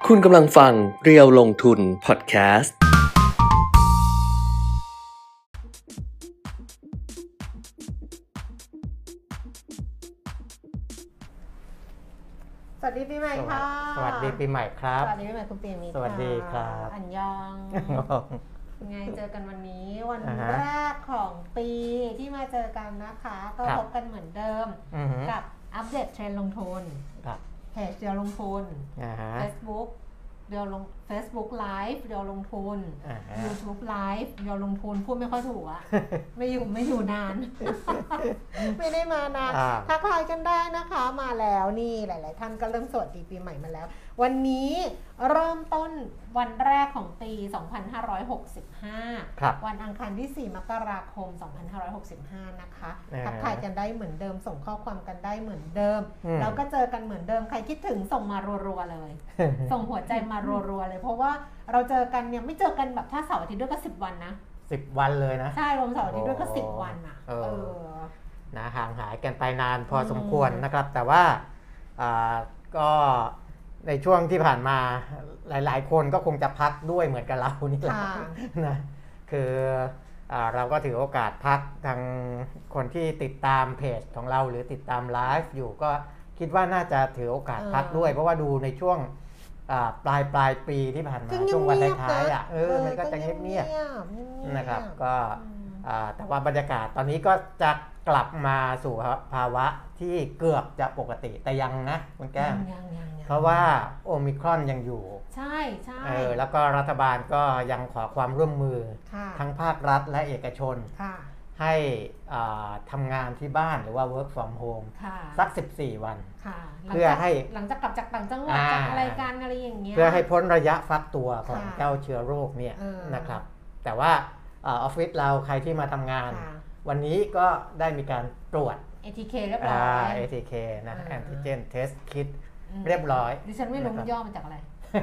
คุณกำลังฟังเรียวลงทุนพอดแคสต์สวัสดีปีใหม่ค่ะสวัสดีปีใหม่ครับสวัสดีปีใหม่คุณปีมิตรสวัสดีครับอันยองไงเจอกันวันนี้วันแรกของปีที่มาเจอกันนะคะก็พบกันเหมือนเดิมกับอัปเดตเทรนด์ลงทุนเพจเดียวลงทุน Facebook เดียวลง Facebook Live เดียวลงทุน YouTube Live เดียวลงทุนพูดไม่ค่อยถูกอะ ไม่อยู่นาน ไม่ได้มานานทักทายกันได้นะคะมาแล้วนี่หลายๆท่านก็เริ่มสวัสดีปีใหม่มาแล้ววันนี้เริ่มต้นวันแรกของปี 2565 วันอังคารที่ 4 มกราคม 2565 นะคะทักทายกันได้เหมือนเดิมส่งข้อความกันได้เหมือนเดิมแล้วก็เจอกันเหมือนเดิมใครคิดถึงส่งมารัวๆเลย ส่งหัวใจมารัวๆเลยเพราะว่าเราเจอกันเนี่ยไม่เจอกันแบบถ้าเสาร์อาทิตย์ด้วยก็10 วันนะ 10 วันเลยนะใช่รวมเสาร์อาทิตย์ด้วยก็10 วันอ่ะนะห่างหายกันไปนานพอสมควรนะครับแต่ว่าก็ในช่วงที่ผ่านมาหลายๆคนก็คงจะพักด้วยเหมือนกับเรานี่แหละนะคือเราก็ถือโอกาสพักทางคนที่ติดตามเพจของเราหรือติดตามไลฟ์อยู่ก็คิดว่าน่าจะถือโอกาสพักด้วยเพราะว่าดูในช่วงปลายปีที่ผ่านมาช่วงวันท้ายๆมันก็จะเงียบๆนะครับก็แต่ว่าบรรยากาศตอนนี้ก็จะกลับมาสู่ภาวะที่เกือบจะปกติแต่ยังนะคุณแก้มเพราะว่าโอมิครอนยังอยู่ใช่แล้วก็รัฐบาลก็ยังขอความร่วมมือทั้งภาครัฐและเอกชนให้ทำงานที่บ้านหรือว่า work from home สัก14 วันเพื่อให้หลังจากกลับจากต่างจังหวัดจากรายการอะไรอย่างเงี้ยเพื่อให้พ้นระยะฟักตัวของเจ้าเชื้อโรคเนี่ยนะครับแต่ว่าออฟฟิศเราใครที่มาทำงานวันนี้ก็ได้มีการตรวจ ATK เรียบร้อย ATK นะ Antigen Test Kit เรียบร้อยดิฉันไม่รู้มันย่อมาจากอะไร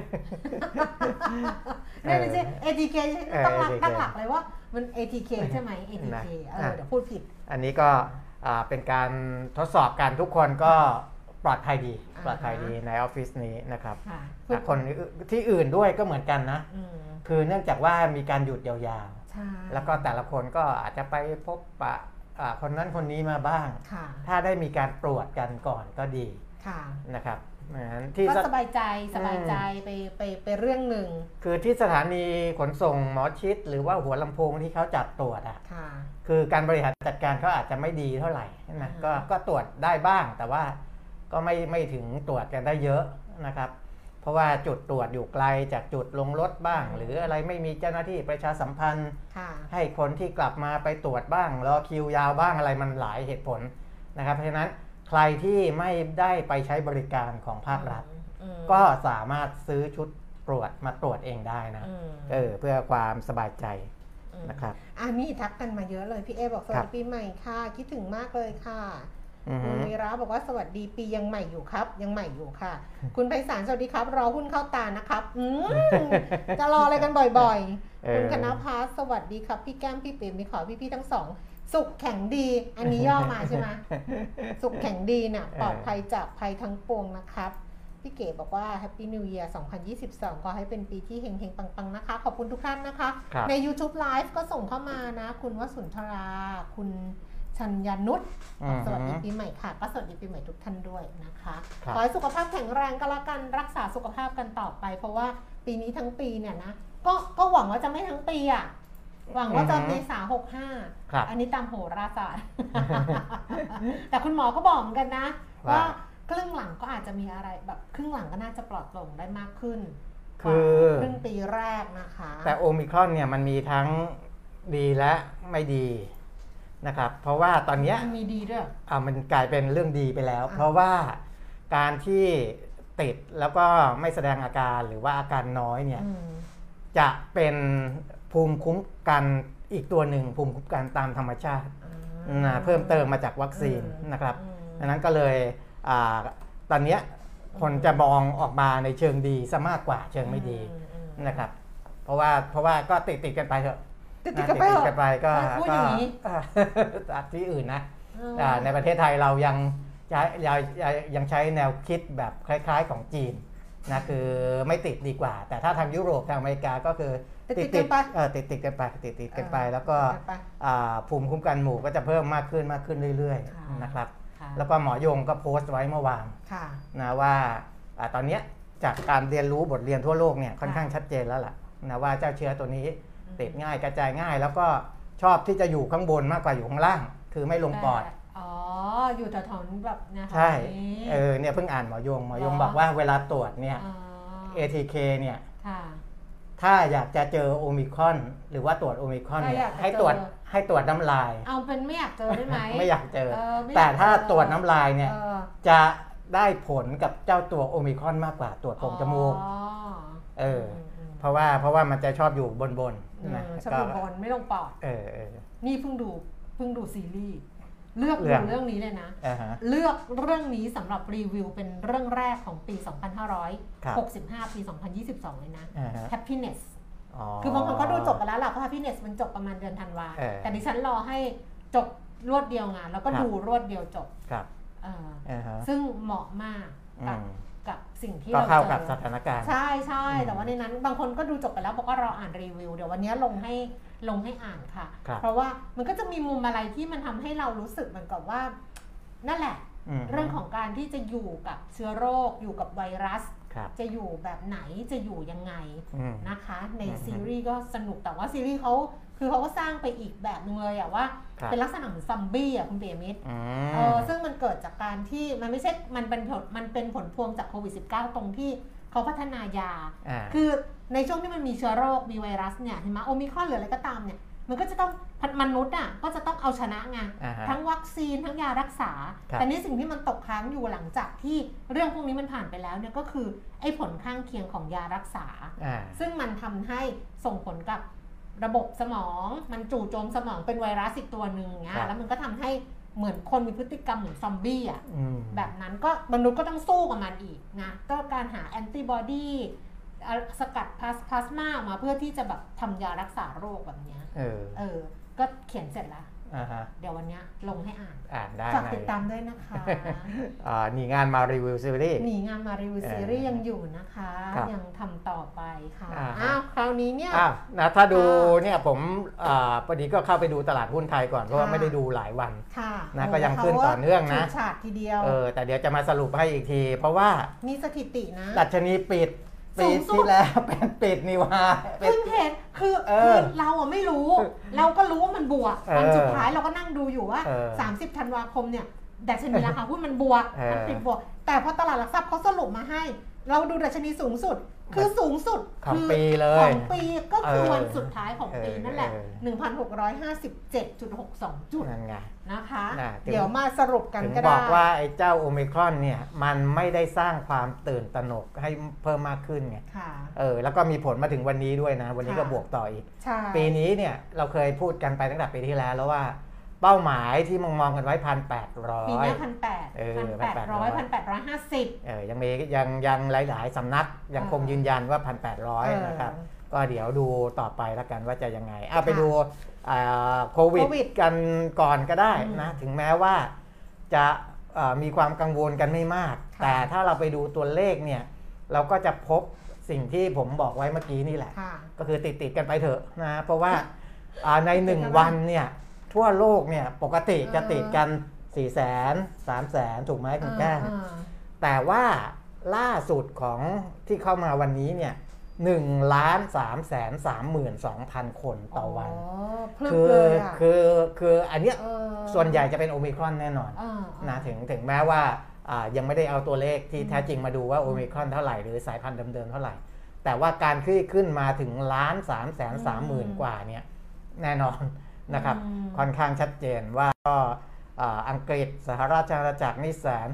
ไม่ใช่ ATK ต้องตั้งหลักเลยว่ามัน ATK ใช่ไหม ATK เดี๋ยวพูดผิดอันนี้ก็เป็นการทดสอบกันทุกคนก็ปลอดภัยดีในออฟฟิศนี้นะครับคนที่อื่นด้วยก็เหมือนกันนะคือเนื่องจากว่ามีการหยุดยาวๆแล้วก็แต่ละคนก็อาจจะไปพบปะคนนั้นคนนี้มาบ้างถ้าได้มีการตรวจกันก่อนก็ดีนะครับก็สบายใจไปเรื่องหนึ่งคือที่สถานีขนส่งหมอชิดหรือว่าหัวลำโพงที่เขาจัดตรวจคือการบริหารจัดการเขาอาจจะไม่ดีเท่าไหร่นะก็ตรวจได้บ้างแต่ว่าก็ไม่ถึงตรวจกันได้เยอะนะครับเพราะว่าจุดตรวจอยู่ไกลจากจุดลงรถบ้างหรืออะไรไม่มีเจ้าหน้าที่ประชาสัมพันธ์ให้คนที่กลับมาไปตรวจบ้างรอคิวยาวบ้างอะไรมันหลายเหตุผลนะครับเพราะฉะนั้นใครที่ไม่ได้ไปใช้บริการของภาครัฐก็สามารถซื้อชุดตรวจมาตรวจเองได้นะเพื่อความสบายใจนะครับนี่ทักกันมาเยอะเลยพี่เอบอกสวัสดีปีใหม่ค่ะคิดถึงมากเลยค่ะคุณวีระบอกว่าสวัสดีปียังใหม่อยู่ครับยังใหม่อยู่ค่ะคุณไพศาลสวัสดีครับรอหุ้นเข้าตานะครับจะรออะไรกันบ่อยๆคุณคณภาสสวัสดีครับพี่แก้มพี่ปิ่มมีขอพี่ๆทั้งสองสุขแข็งดีอันนี้ย่อมาใช่ไหมสุขแข็งดีเนี่ยปลอดภัยจากภัยทั้งปวงนะครับพี่เก๋บอกว่า Happy New Year 2022ขอให้เป็นปีที่เฮงๆปังๆนะคะขอบคุณทุกท่านนะคะใน YouTube Live ก็ส่งเข้ามานะคุณวสุนทราคุณชัญญนุชสวัสดีปีใหม่ค่ะก็สวัสดีปีใหม่ทุกท่านด้วยนะคะขอให้สุขภาพแข็งแรงก็แล้วกันรักษาสุขภาพกันต่อไปเพราะว่าปีนี้ทั้งปีเนี่ยนะก็หวังว่าจะไม่ทั้งปีอ่ะหวังว่าจะเมษา65อันนี้ตามโหราศาสตร์ แต่คุณหมอก็บอกเหมือนกันนะว่าครึ่งหลังก็อาจจะมีอะไรแบบครึ่งหลังก็น่าจะปลอดโปร่งได้มากขึ้นคือครึ่งปีแรกนะคะแต่โอมิครอนเนี่ยมันมีทั้งดีและไม่ดีนะครับเพราะว่าตอนนี้มีดีด้วยมันกลายเป็นเรื่องดีไปแล้วเพราะว่าการที่ติดแล้วก็ไม่แสดงอาการหรือว่าอาการน้อยเนี่ยจะเป็นภูมิคุ้มกันอีกตัวหนึ่งภูมิคุ้มกันตามธรรมชาติเพิ่มเติมมาจากวัคซีนนะครับดังนั้นก็เลยตอนนี้คนจะมองออกมาในเชิงดีซะมากกว่าเชิงไม่ดีนะครับเพราะว่าก็ติดกันไปเถอะติดกันไปก็ที่อื่นนะในประเทศไทยเรายังใช้แนวคิดแบบคล้ายๆของจีนนะคือไม่ติดดีกว่าแต่ถ้าทางยุโรปทางอเมริกาก็คือติดกันไปแล้วก็ภูมิคุ้มกันหมู่ก็จะเพิ่มมากขึ้นเรื่อยๆนะครับแล้วก็หมอยงก็โพสต์ไว้เมื่อวานนะว่าตอนนี้จากการเรียนรู้บทเรียนทั่วโลกเนี่ยค่อนข้างชัดเจนแล้วล่ะนะว่าเจ้าเชื้อตัวนี้ติดง่ายกระจายง่ายแล้วก็ชอบที่จะอยู่ข้างบนมากกว่าอยู่ข้างล่างคือไม่ลงปอดอยู่แถวๆแบบนะคะใช่เนี่ยเพิ่งอ่านหมอยงบอกว่าเวลาตรวจเนี่ย ATK เนี่ยถ้าอยากจะเจอโอมิครอนหรือว่าตรวจโอมิครอนเนี่ยให้ตรวจน้ำลายเอาเป็นไม่อยากเจอได้ไหมไม่อยากเจอแต่ถ้าตรวจน้ำลายเนี่ยจะได้ผลกับเจ้าตัวโอมิครอนมากกว่าตรวจโพรงจมูกเพราะว่ามันจะชอบอยู่บนนะชอบอยู่บนไม่ลงปอดนี่เพิ่งดูซีรีส์เลือกดูเรื่องนี้เลยนะเลือกเรื่องนี้สำหรับรีวิวเป็นเรื่องแรกของปี 2565 ปี 2022 เลยนะ Happiness คือบางคนก็ดูจบไปแล้วแหละเพราะ Happiness มันจบประมาณเดือนธันวาแต่ดิฉันรอให้จบรวดเดียวงานแล้วก็ดูรวดเดียวจบซึ่งเหมาะมากกับสิ่งที่เราเจอเข้ากับสถานการณ์ใช่แต่ว่าในนั้นบางคนก็ดูจบไปแล้วบอกว่าเราอ่านรีวิวเดี๋ยววันนี้ลงให้อ่านค่ะเพราะว่ามันก็จะมีมุมอะไรที่มันทำให้เรารู้สึกเหมือนกับว่านั่นแหละเรื่องของการที่จะอยู่กับเชื้อโรคอยู่กับไวรัสจะอยู่แบบไหนจะอยู่ยังไงนะคะในซีรีส์ก็สนุกแต่ว่าซีรีส์เขาก็สร้างไปอีกแบบนึงเลยอะว่าเป็นลักษณะเหมือนซอมบี้อะคุณเปียมิตรซึ่งมันเกิดจากการที่มันไม่ใช่มันเป็นผลพวงจากโควิด -19 ตรงที่เขาพัฒนายาคือในช่วงที่มันมีเชื้อโรคมีไวรัสเนี่ยเห็นไหมโอมิครอนหรืออะไรก็ตามเนี่ยมันก็จะต้องมนุษย์อ่ะก็จะต้องเอาชนะไงทั้งวัคซีนทั้งยารักษาแต่นี่สิ่งที่มันตกค้างอยู่หลังจากที่เรื่องพวกนี้มันผ่านไปแล้วเนี่ยก็คือไอ้ผลข้างเคียงของยารักษาซึ่งมันทำให้ส่งผลกับระบบสมองมันจู่โจมสมองเป็นไวรัสอีกตัวหนึ่งเงี้ยแล้วมันก็ทำให้เหมือนคนมีพฤติกรรมเหมือนซอมบี้อ่ะแบบนั้นก็มนุษย์ก็ต้องสู้กับมันอีกนะก็การหาแอนติบอดีสกัดพลาสมาออกมาเพื่อที่จะแบบทำยารักษาโรคแบบนี้ก็เขียนเสร็จแล้วเดี๋ยววันนี้ลงให้อ่านได้ฝากติดตามด้วยนะคะหนีงานมารีวิวซีรีส์ยังอยู่นะคะยังทำต่อไปค่ะคราวนี้เนี่ยนะถ้าดูเนี่ยผมพอดีก็เข้าไปดูตลาดหุ้นไทยก่อนเพราะว่าไม่ได้ดูหลายวันนะก็ยังขึ้นต่อเนื่องนะฉาดทีเดียวแต่เดี๋ยวจะมาสรุปให้อีกทีเพราะว่ามีสถิตินะดัชนีปิดปีที่แล้วเป็นปิดนี่ว่าเพิ่งเห็นคือเราอะไม่รู้เราก็รู้ว่ามันบวกตอนสุดท้ายเราก็นั่งดูอยู่ว่า30 ธันวาคมเนี่ยดัชนีราคาหุ้นมันบวกมันปิดบวกแต่พอตลาดหลักทรัพย์เขาสรุปมาให้เราดูดัชนีสูงสุดคือสูงสุดของปีเลยของปีก็คือวันสุดท้ายของปีนั่นแหละ 1,657.62 จุดนั่นไงนะคะเดี๋ยวมาสรุปกันก็ได้บอกว่าไอ้เจ้าโอมิครอนเนี่ยมันไม่ได้สร้างความตื่นตระหนกให้เพิ่มมากขึ้นไงแล้วก็มีผลมาถึงวันนี้ด้วยนะวันนี้ก็บวกต่ออีกปีนี้เนี่ยเราเคยพูดกันไปตั้งแต่ปีที่แล้วว่าเป้าหมายที่มองกันไว้ 1,800 ปีนี้ 1,850 ยังหลายๆสำนักยังคงยืนยันว่า 1,800 นะครับก็เดี๋ยวดูต่อไปแล้วกันว่าจะยังไงไปดูโควิดกันก่อนก็ได้นะถึงแม้ว่าจะมีความกังวลกันไม่มากแต่ถ้าเราไปดูตัวเลขเนี่ยเราก็จะพบสิ่งที่ผมบอกไว้เมื่อกี้นี่แหละก็คือติดกันไปเถอะนะเพราะว่าใน1วันเนี่ยทั่วโลกเนี่ยปกติจะติดกัน 400,000 300,000 ถูกไหมคุณแก้มแต่ว่าล่าสุดของที่เข้ามาวันนี้เนี่ย 1,332,000 คนต่อวันคืออันเนี้ยส่วนใหญ่จะเป็นโอมิครอนแน่นอนนะถึงแม้ว่ายังไม่ได้เอาตัวเลขที่แท้จริงมาดูว่าโอมิครอนเท่าไหร่หรือสายพันธุ์เดิมๆเท่าไหร่แต่ว่าการขึ้นมาถึง 1,330,000 กว่าเนี่ยแน่นอนนะครับค่อนข้างชัดเจนว่าอังกฤษสหราชอาณาจักรนี่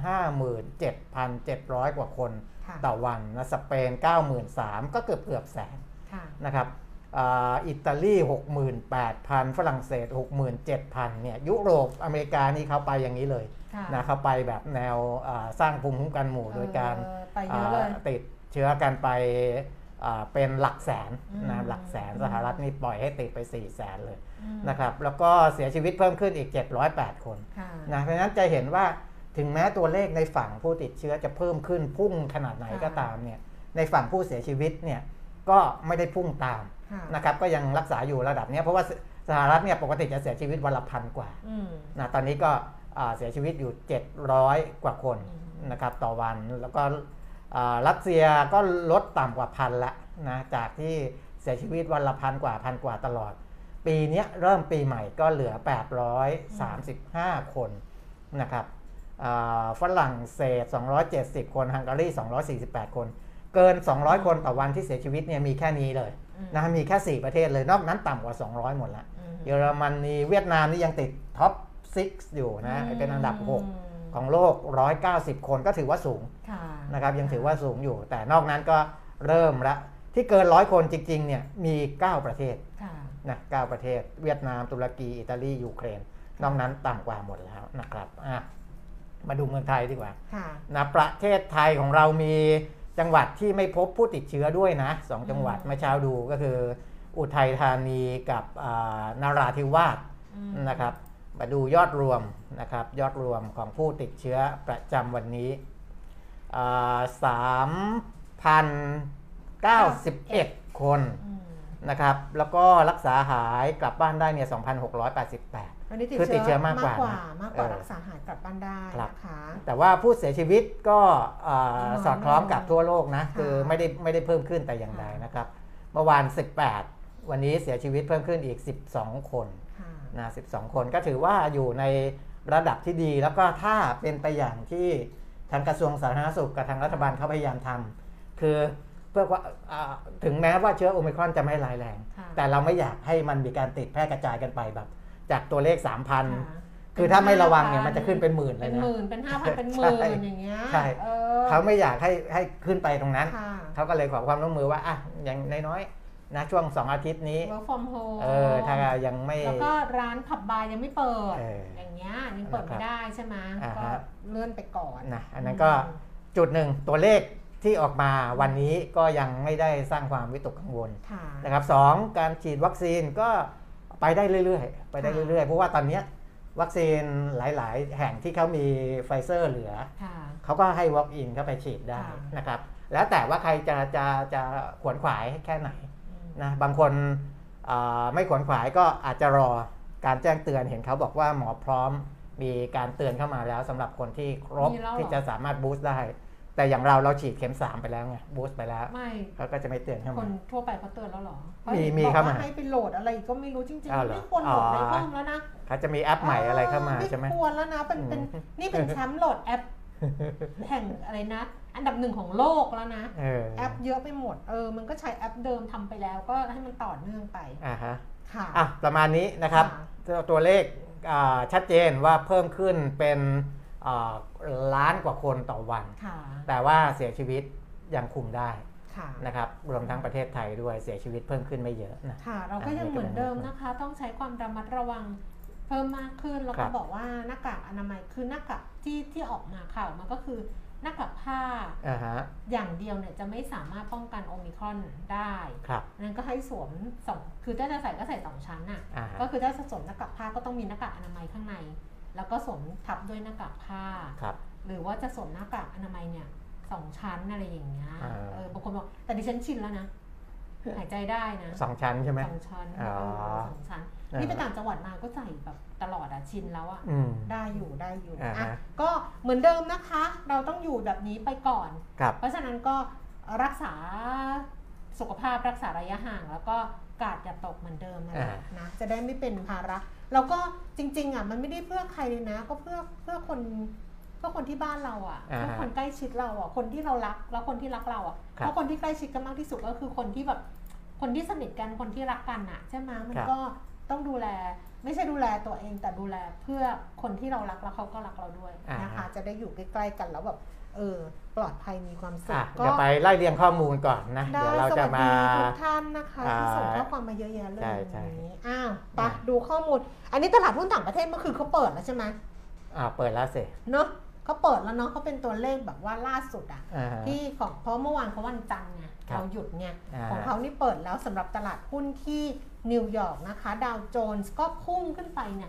157,700 กว่าคนต่อวันนะสเปน 93,000 ก็เกือบแสนนะครับอิตาลี 68,000 ฝรั่งเศส 67,000 เนี่ยยุโรปอเมริกานี่เขาไปอย่างนี้เลยนะเขาไปแบบแนวสร้างภูมิคุ้มกันหมู่โดยการติดเชื้อกันไปเป็นหลักแสนนะหลักแสนสหรัฐนี่ปล่อยให้ติดไป 400,000 เลยนะครับแล้วก็เสียชีวิตเพิ่มขึ้นอีก708 คนนะเพราะฉะนั้นจะเห็นว่าถึงแม้ตัวเลขในฝั่งผู้ติดเชื้อจะเพิ่มขึ้นพุ่งขนาดไหนก็ตามเนี่ยในฝั่งผู้เสียชีวิตเนี่ยก็ไม่ได้พุ่งตามนะครับก็ยังรักษาอยู่ระดับนี้เพราะว่าสหรัฐเนี่ยปกติจะเสียชีวิตวันละ1,000 กว่านะตอนนี้ก็เสียชีวิตอยู่700 กว่าคนนะครับต่อวันแล้วก็รัสเซียก็ลดต่ำกว่า1,000ละนะจากที่เสียชีวิตวันละ1,000 กว่าตลอดปีนี้เริ่มปีใหม่ก็เหลือ835 คนนะครับฝรั่งเศส270 คนฮังการี248 คนเกิน200 คนต่อวันที่เสียชีวิตเนี่ยมีแค่นี้เลยนะมีแค่4 ประเทศเลยนอกนั้นต่ำกว่า200หมดละเยอรมนีเวียดนามนี่ยังติดท็อป6อยู่นะเป็นอันดับ6ของโลก190 คนก็ถือว่าสูงนะครับยังถือว่าสูงอยู่แต่นอกนั้นก็เริ่มละที่เกิน100 คนจริงๆเนี่ยมี9 ประเทศนะ9 ประเทศเวียดนามตุรกีอิตาลียูเครนนอกนั้นต่ำกว่าหมดแล้วนะครับมาดูเมืองไทยดีกว่านะประเทศไทยของเรามีจังหวัดที่ไม่พบผู้ติดเชื้อด้วยนะ2 จังหวัดเมื่อเช้าดูก็คืออุทัยธานีกับนราธิวาสนะครับมาดูยอดรวมนะครับยอดรวมของผู้ติดเชื้อประจำวันนี้3,091 คนนะครับแล้วก็รักษาหายกลับบ้านได้เนี่ย 2,688 คือติดเชื้อมากกว่ารักษาหายกลับบ้านได้นะคะแต่ว่าผู้เสียชีวิตก็สอดคล้องกับทั่วโลกนะคือไม่ได้เพิ่มขึ้นแต่อย่างใดนะครับเมื่อวาน18วันนี้เสียชีวิตเพิ่มขึ้นอีก12 คนนะ12 คนก็ถือว่าอยู่ในระดับที่ดีแล้วก็ถ้าเป็นไปอย่างที่ทางกระทรวงสาธารณสุขกับทางรัฐบาลเขาพยายามทำคือเพื่อว่าถึงแม้ว่าเชื้อโอมิครอนจะไม่ร้ายแรงแต่เราไม่อยากให้มันมีการติดแพร่กระจายกันไปแบบจากตัวเลข 3,000 คือถ้าไม่ระวังเนี่ยมันจะขึ้นเป็นหมื่นเลยนะเป็น5,000เป็นหมื่นอย่างเงี้ยใช่เขาไม่อยากให้ขึ้นไปตรงนั้นเขาก็เลยขอความร่วมมือว่าอย่างน้อยๆนะช่วง2 อาทิตย์นี้ work from home ถ้ายังไม่แล้วก็ร้านผับบาร์ยังไม่เปิดอย่างเงี้ยยังเปิดไม่ได้ใช่ไหมก็เลื่อนไปก่อนนะอันนั้นก็จุดหนึ่งตัวเลขที่ออกมาวันนี้ก็ยังไม่ได้สร้างความวิตกกังวลนะครับ2การฉีดวัคซีนก็ไปได้เรื่อยๆเพราะว่าตอนนี้วัคซีนหลายๆแห่งที่เขามีไฟเซอร์เหลือเขาก็ให้ walk in เข้าไปฉีดได้นะครับแล้วแต่ว่าใครจะขวนขวายแค่ไหนนะบางคนไม่ขวนขวายก็อาจจะรอการแจ้งเตือนเห็นเขาบอกว่าหมอพร้อมมีการเตือนเข้ามาแล้วสำหรับคนที่ครบที่จะสามารถบูสต์ได้แต่อย่างเราฉีดเข็ม3ไปแล้วไงบูสต์ไปแล้วเขาก็จะไม่เตือนเข้ามาคนทั่วไปเขาเตือนแล้วหรอมีเข้ามาให้ไปโหลดอะไรก็ไม่รู้จริงๆไม่ควรโหลดอะไรเพิ่มแล้วนะเขาจะมีแอปใหม่อะไรเข้ามาใช่ไหมไม่ควรแล้วนะนี่เป็นแชมป์โหลดแอปแห่งอะไรนะอันดับ1ของโลกแล้วนะแอปเยอะไปหมดมันก็ใช้แอปเดิมทำไปแล้วก็ให้มันต่อเนื่องไปค่ะประมาณนี้นะครับตัวเลขชัดเจนว่าเพิ่มขึ้นเป็นล้านกว่าคนต่อวันแต่ว่าเสียชีวิตยังคุมได้นะครับรวมทั้งประเทศไทยด้วยเสียชีวิตเพิ่มขึ้นไม่เยอะนะเราก็ยังเหมือนเดิมนะคะต้องใช้ความระมัดระวังเพิ่มมากขึ้นแล้วก็บอกว่าหน้ากากอนามัยคือหน้ากากที่ออกมาข่าวมันก็คือหน้ากากผ้าอย่างเดียวเนี่ยจะไม่สามารถป้องกันโอมิครอนได้นั้นก็ให้สวม2คือถ้าจะใส่ก็ใส่2 ชั้นน่ะก็คือถ้าจะสวมหน้ากากผ้าก็ต้องมีหน้ากากอนามัยข้างในแล้วก็สวมทับด้วยหน้ากากผ้าหรือว่าจะสวมหน้ากากอนามัยเนี่ย2 ชั้นอะไรอย่างเงี้ยบางคนบอกแต่ดิฉันชินแล้วนะหายใจได้นะ 2 ชั้นใช่ไหม 2 ชั้น2 ชั้นนี่ไปต่างจังหวัดมาก็ใส่แบบตลอดชินแล้วได้อยู่ก็เหมือนเดิมนะคะเราต้องอยู่แบบนี้ไปก่อนเพราะฉะนั้นก็รักษาสุขภาพรักษาระยะห่างแล้วก็กาดอย่าตกเหมือนเดิมนะจะได้ไม่เป็นภาระแล้วก็จริงๆมันไม่ได้เพื่อใครเลยนะก็เพื่อคนที่บ้านเราเพื่อคนใกล้ชิดเราคนที่เรารักแล้วคนที่รักเราเพราะคนที่ใกล้ชิดกันมากที่สุดก็คือคนที่แบบคนที่สนิทกันคนที่รักกันใช่ไหมมันก็ต้องดูแลไม่ใช่ดูแลตัวเองแต่ดูแลเพื่อคนที่เรารักแล้วเขาก็รักเราด้วยนะคะจะได้อยู่ใกล้ๆกันแล้วแบบปลอดภัยมีความสุขก็ไปไล่เรียงข้อมูลก่อนนะเดี๋ยวเราจะมาทุกท่านนะคะที่ส่งข้อความมาเยอะแยะเลยนี้ไปดูข้อมูลอันนี้ตลาดหุ้นต่างประเทศเมื่อคืนเขาเปิดแล้วใช่ไหมเปิดแล้วสิเนาะเขาเปิดแล้วเนาะเขาเป็นตัวเลขแบบว่าล่าสุดที่ของเพราะเมื่อวานเขาวันจันทร์ไงเราหยุดไงของเขานี่เปิดแล้วสำหรับตลาดหุ้นที่นิวยอร์กนะคะดาวโจนส์ก็พุ่งขึ้นไปเนี่ย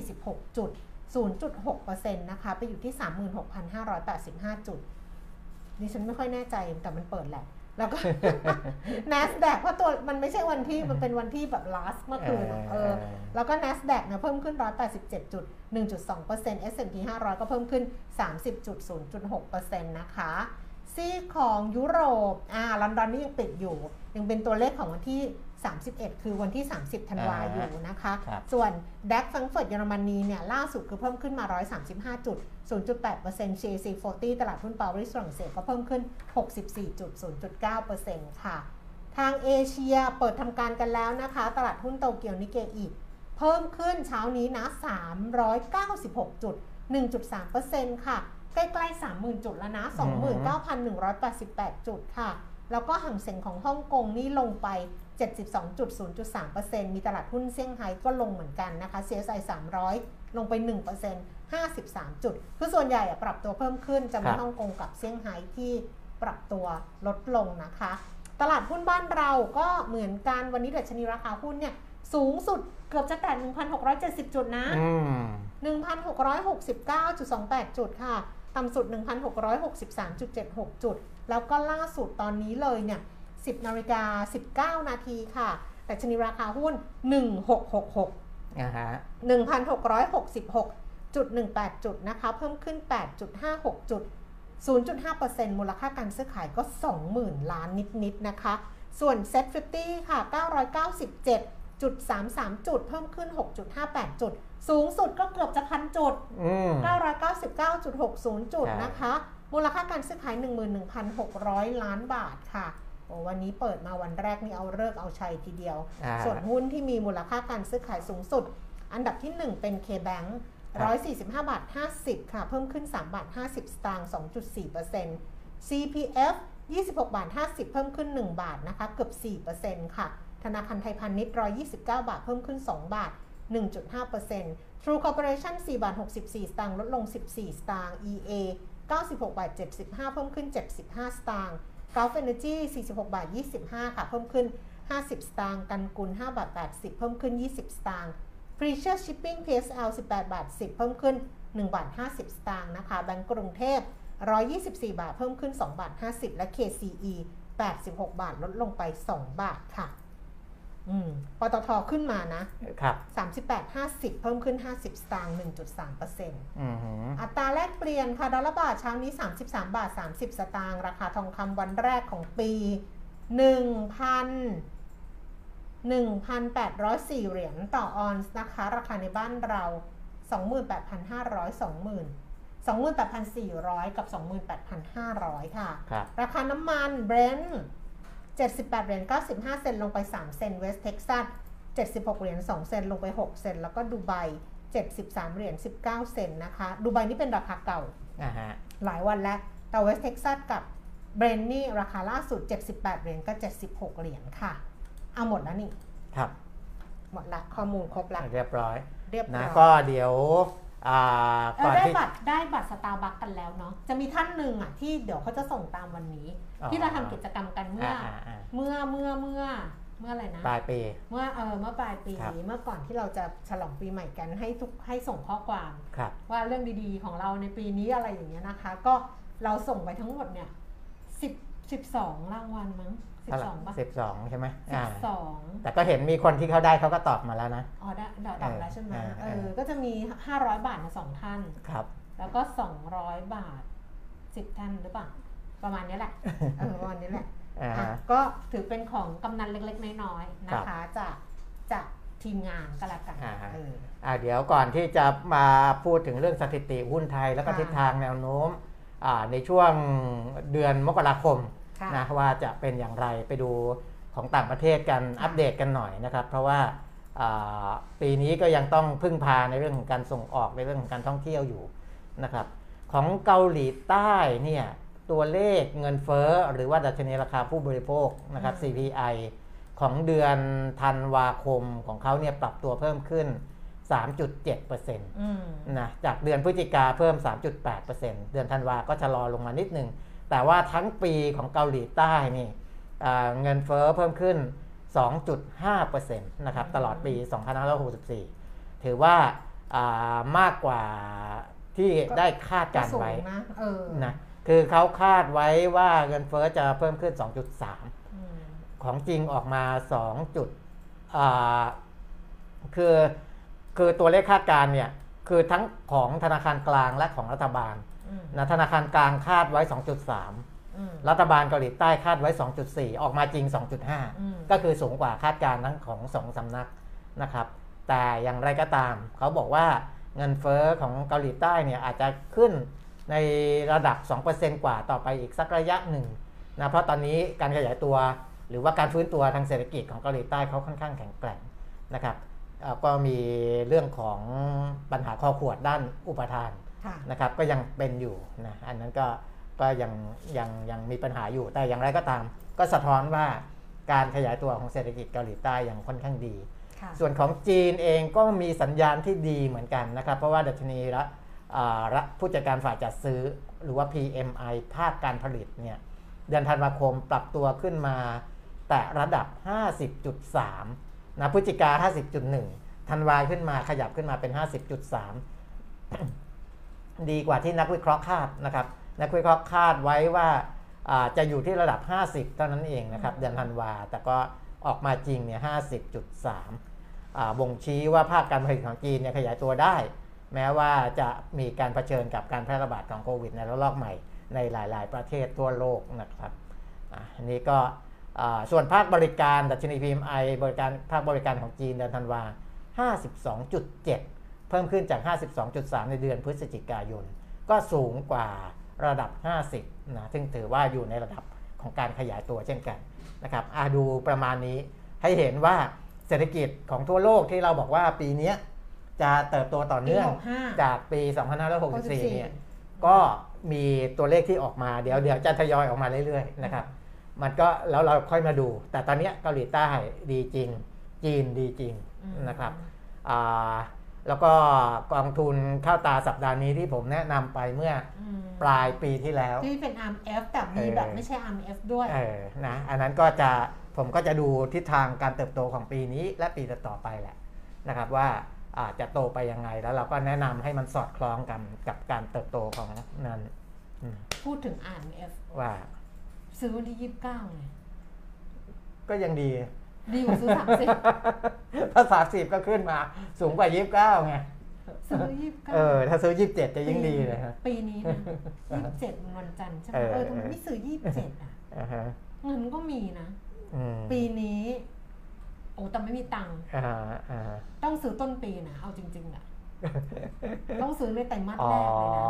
246 จุด 0.6% นะคะไปอยู่ที่ 36,585 จุดดิฉันไม่ค่อยแน่ใจแต่มันเปิดแหละแล้วก็ NASDAQ เพราะตัวมันไม่ใช่วันที่มันเป็นวันที่แบบ last เมื่อคืนแล้วก็ NASDAQ เนี่ยเพิ่มขึ้น 187.1.2% S&P 500 ก็เพิ่มขึ้น 30.0.6% นะคะซีของยุโรปลอนดอนนี่ยังปิดอยู่ยังเป็นตัวเลขของวันที่31คือวันที่30ธันวาอยู่นะคะส่วน DAX แฟรงก์เฟิร์ตเยอรมนีเนี่ยล่าสุดคือเพิ่มขึ้นมา 135.0.8% CAC 40 ตลาดหุ้นปารีสฝรั่งเศสก็เพิ่มขึ้น 64.0.9% ค่ะทางเอเชียเปิดทำการกันแล้วนะคะตลาดหุ้นโตเกียวนิเกอิเพิ่มขึ้นเช้านี้นะ 396.1.3% ค่ะใกล้ๆ 30,000 จุดแล้วนะ 29,188 จุดค่ะแล้วก็ห่างเส็งของฮ่องกงนี่ลงไป 72.0.3% มีตลาดหุ้นเซี่ยงไฮ้ก็ลงเหมือนกันนะคะ CSI 300 ลงไป 1% 53 จุดคือส่วนใหญ่ปรับตัวเพิ่มขึ้นจะมีฮ่องกงกับเซี่ยงไฮ้ที่ปรับตัวลดลงนะคะตลาดหุ้นบ้านเราก็เหมือนกันวันนี้ดัชนีราคาหุ้นเนี่ยสูงสุดเกือบจะแตะ 1,670 จุดนะ 1,669.28 จุดค่ะต่ำสุด 1,663.76 จุดแล้วก็ล่าสุดตอนนี้เลยเนี่ย 10 นาฬิกา 19 นาทีค่ะดัชนีราคาหุ้น 1,666.18 จุดนะคะเพิ่มขึ้น 8.56 จุด 0.5% มูลค่าการซื้อขายก็ 20,000 ล้านนิดๆนะคะส่วน Set 50 ค่ะ 997.33 จุดเพิ่มขึ้น 6.58 จุดสูงสุดก็เกือบจะ 1,000 จุด 999.60 จุดนะคะมูลค่าการซื้อขาย 11,600 ล้านบาทค่ะวันนี้เปิดมาวันแรกนี่เอาฤกษ์เอาชัยทีเดียวส่วนหุ้นที่มีมูลค่าการซื้อขายสูงสุดอันดับที่1เป็น KBank 145.50 ค่ะเพิ่มขึ้น3.50 สตางค์ 2.4% CPF 26.50 เพิ่มขึ้น1บาทนะคะเกือบ 4% ค่ะธนาคารไทยพาณิชย์129 บาทเพิ่มขึ้น2บาท 1.5% True Corporation 4.64 สตางค์ลดลง14 สตางค์ EA 96.75 เพิ่มขึ้น75 สตางค์ Gulf Energy 46.25 ค่ะเพิ่มขึ้น50 สตางค์กันกุล5.80 เพิ่มขึ้น20 สตางค์ Precious Shipping PSL 18.10 เพิ่มขึ้น1.50 สตางค์นะคะแบงก์กรุงเทพ124 บาทเพิ่มขึ้น2.50 และ KCE 86 บาทลดลงไป2 บาทค่ะปตท.ขึ้นมานะครับ38.50 เพิ่มขึ้น50 สตางค์ 1.3% อัตราแลกเปลี่ยนค่ะดอลลาร์บาทเช้านี้ 33.30 สตางค์ราคาทองคำวันแรกของปี 1,804 เหรียญต่อออนซ์นะคะราคาในบ้านเรา 28,400 กับ 28,500 ค่ะราคาน้ำมัน Brent 78 เหรียญ 95 เซนต์ลงไป 3 เซนต์เวสต์เท็กซัส76 เหรียญ 2 เซนต์ลงไป 6 เซนต์แล้วก็ดูไบ73 เหรียญ 19 เซนต์นะคะดูไบนี่เป็นราคาเก่าหลายวันแล้วแต่เวสต์เท็กซัสกับเบรนท์นี่ราคาล่าสุด78 เหรียญกับ76 เหรียญค่ะเอาหมดแล้วนี่ครับหมดละข้อมูลครบละเรียบร้อยนะก็เดี๋ยวก่อนที่ได้บัตรสตาร์บัคกันแล้วเนาะจะมีท่านหนึ่งที่เดี๋ยวเขาจะส่งตามวันนี้ที่เราทำกิจกรรมกันเมื่ออะไรนะปลายปีเมื่อปลายปีเมื่อก่อนที่เราจะฉลองปีใหม่กันให้ส่งข้อความว่าเรื่องดีๆของเราในปีนี้อะไรอย่างเงี้ยนะคะก็เราส่งไปทั้งหมดเนี่ย12รางวัลมั้ง12ป่ะ 12ใช่ไหม 12 แต่ก็เห็นมีคนที่เขาได้เขาก็ตอบมาแล้วนะได้แล้วใช่ไหมก็จะมี500 บาทนะ2ท่านครับแล้วก็200 บาท10ท่านหรือเปล่าประมาณนี้แหละประมาณนี้แหละก็ถือเป็นของกำนันเล็กๆน้อยๆนะคะจากทีมงานก็แล้วกันเดี๋ยวก่อนที่จะมาพูดถึงเรื่องสถิติหุ้นไทยแล้วก็ทิศทางแนวโน้มในช่วงเดือนมกราคมนะว่าจะเป็นอย่างไรไปดูของต่างประเทศกันอัปเดตกันหน่อยนะครับเพราะว่าปีนี้ก็ยังต้องพึ่งพาในเรื่องของการส่งออกในเรื่องของการท่องเที่ยวอยู่นะครับของเกาหลีใต้เนี่ยตัวเลขเงินเฟ้อหรือว่าดัชนีราคาผู้บริโภคนะครับ CPI ของเดือนธันวาคมของเขาเนี่ยปรับตัวเพิ่มขึ้น 3.7% นะจากเดือนพฤศจิกาเพิ่ม 3.8% เดือนธันวาก็ชะลอลงมานิดนึงแต่ว่าทั้งปีของเกาหลีใต้นี่เงินเฟ้อเพิ่มขึ้น 2.5% นะครับตลอดปี 2564 ถือว่ามากกว่าที่ได้คาดการไว้นะคือเขาคาดไว้ว่าเงินเฟ้อจะเพิ่มขึ้น 2.3 ของจริงออกมา2จุดคือตัวเลขคาดการณ์เนี่ยคือทั้งของธนาคารกลางและของรัฐบาลนะธนาคารกลางคาดไว้ 2.3 รัฐบาลเกาหลีใต้คาดไว้ 2.4 ออกมาจริง 2.5 ก็คือสูงกว่าคาดการณ์ทั้งของ2สำนักนะครับแต่อย่างไรก็ตามเขาบอกว่าเงินเฟ้อของเกาหลีใต้เนี่ยอาจจะขึ้นในระดับ 2% กว่าต่อไปอีกสักระยะหนึ่งนะเพราะตอนนี้การขยายตัวหรือว่าการฟื้นตัวทางเศรษฐกิจของเกาหลีใต้เขาค่อนข้างแข็งแกร่งนะครับก็มีเรื่องของปัญหาคอขวดด้านอุปทานนะครับก็ยังเป็นอยู่นะอันนั้นก็ยังมีปัญหาอยู่แต่อย่างไรก็ตามก็สะท้อนว่าการขยายตัวของเศรษฐกิจเกาหลีใต้ยังค่อนข้างดีส่วนของจีนเองก็มีสัญญาณที่ดีเหมือนกันนะครับเพราะว่าดัชนีผู้จัดการฝ่ายจัดซื้อหรือว่า PMI ภาคการผลิตเนี่ยเดือนธันวาคมปรับตัวขึ้นมาแต่ระดับ 50.3 นะพฤศจิกา 50.1 ธันวาขึ้นมาขยับขึ้นมาเป็น 50.3 ดีกว่าที่นักวิเคราะห์คาดนะครับนักวิเคราะห์คาดไว้ว่าจะอยู่ที่ระดับ 50 เท่านั้นเองนะครับเดือนธันวาแต่ก็ออกมาจริงเนี่ย 50.3 บ่งชี้ว่าภาคการผลิตของจีนเนี่ยขยายตัวได้แม้ว่าจะมีการเผชิญกับการแพร่ระบาดของโควิดในระลอกใหม่ในหลายๆประเทศทั่วโลกนะครับอันนี้ก็ส่วนภาคบริการดัชนี PMI ภาคบริการของจีนเดือนธันวา 52.7 เพิ่มขึ้นจาก 52.3 ในเดือนพฤศจิกายนก็สูงกว่าระดับ 50 นะซึ่งถือว่าอยู่ในระดับของการขยายตัวเช่นกันนะครับดูประมาณนี้ให้เห็นว่าเศรษฐกิจของทั่วโลกที่เราบอกว่าปีนี้จะเติบโตต่อเนื่องจากปี 2564 เนี่ยก็มีตัวเลขที่ออกมาเดี๋ยวจะทยอยออกมาเรื่อยๆนะครับมันก็แล้วเราค่อยมาดูแต่ตอนนี้เกาหลีใต้ดีจริงจีนดีจริงนะครับแล้วก็กองทุนเข้าตาสัปดาห์นี้ที่ผมแนะนำไปเมื่อปลายปีที่แล้วที่เป็น ARM-F แต่มีแบบไม่ใช่ ARM-F ด้วยนะอันนั้นผมก็จะดูทิศทางการเติบโตของปีนี้และปีต่อไปแหละนะครับว่าจะโตไปยังไงแล้วเราก็แนะนำให้มันสอดคล้องกันกับการเติบโตของนั้นพูดถึง ARM-F ว่าซื้อวันที่29ไงก็ยังดีกว่าซื้อ30 ถ้า30ก็ขึ้นมาสูงกว่า29ไงซื้อ29 ถ้าซื้อ27จะยิ่งดีเลยฮะปีนี้นะ27วันจันทร์ใช่ไหมทำไมไม่ซื้อ27เงินก็มีนะปีนี้โอ้แต่ไม่มีตังค์ต้องซื้อต้นปีนะเอาจริงๆอะต้องซื้อในไตรมาสแรกเลยนะ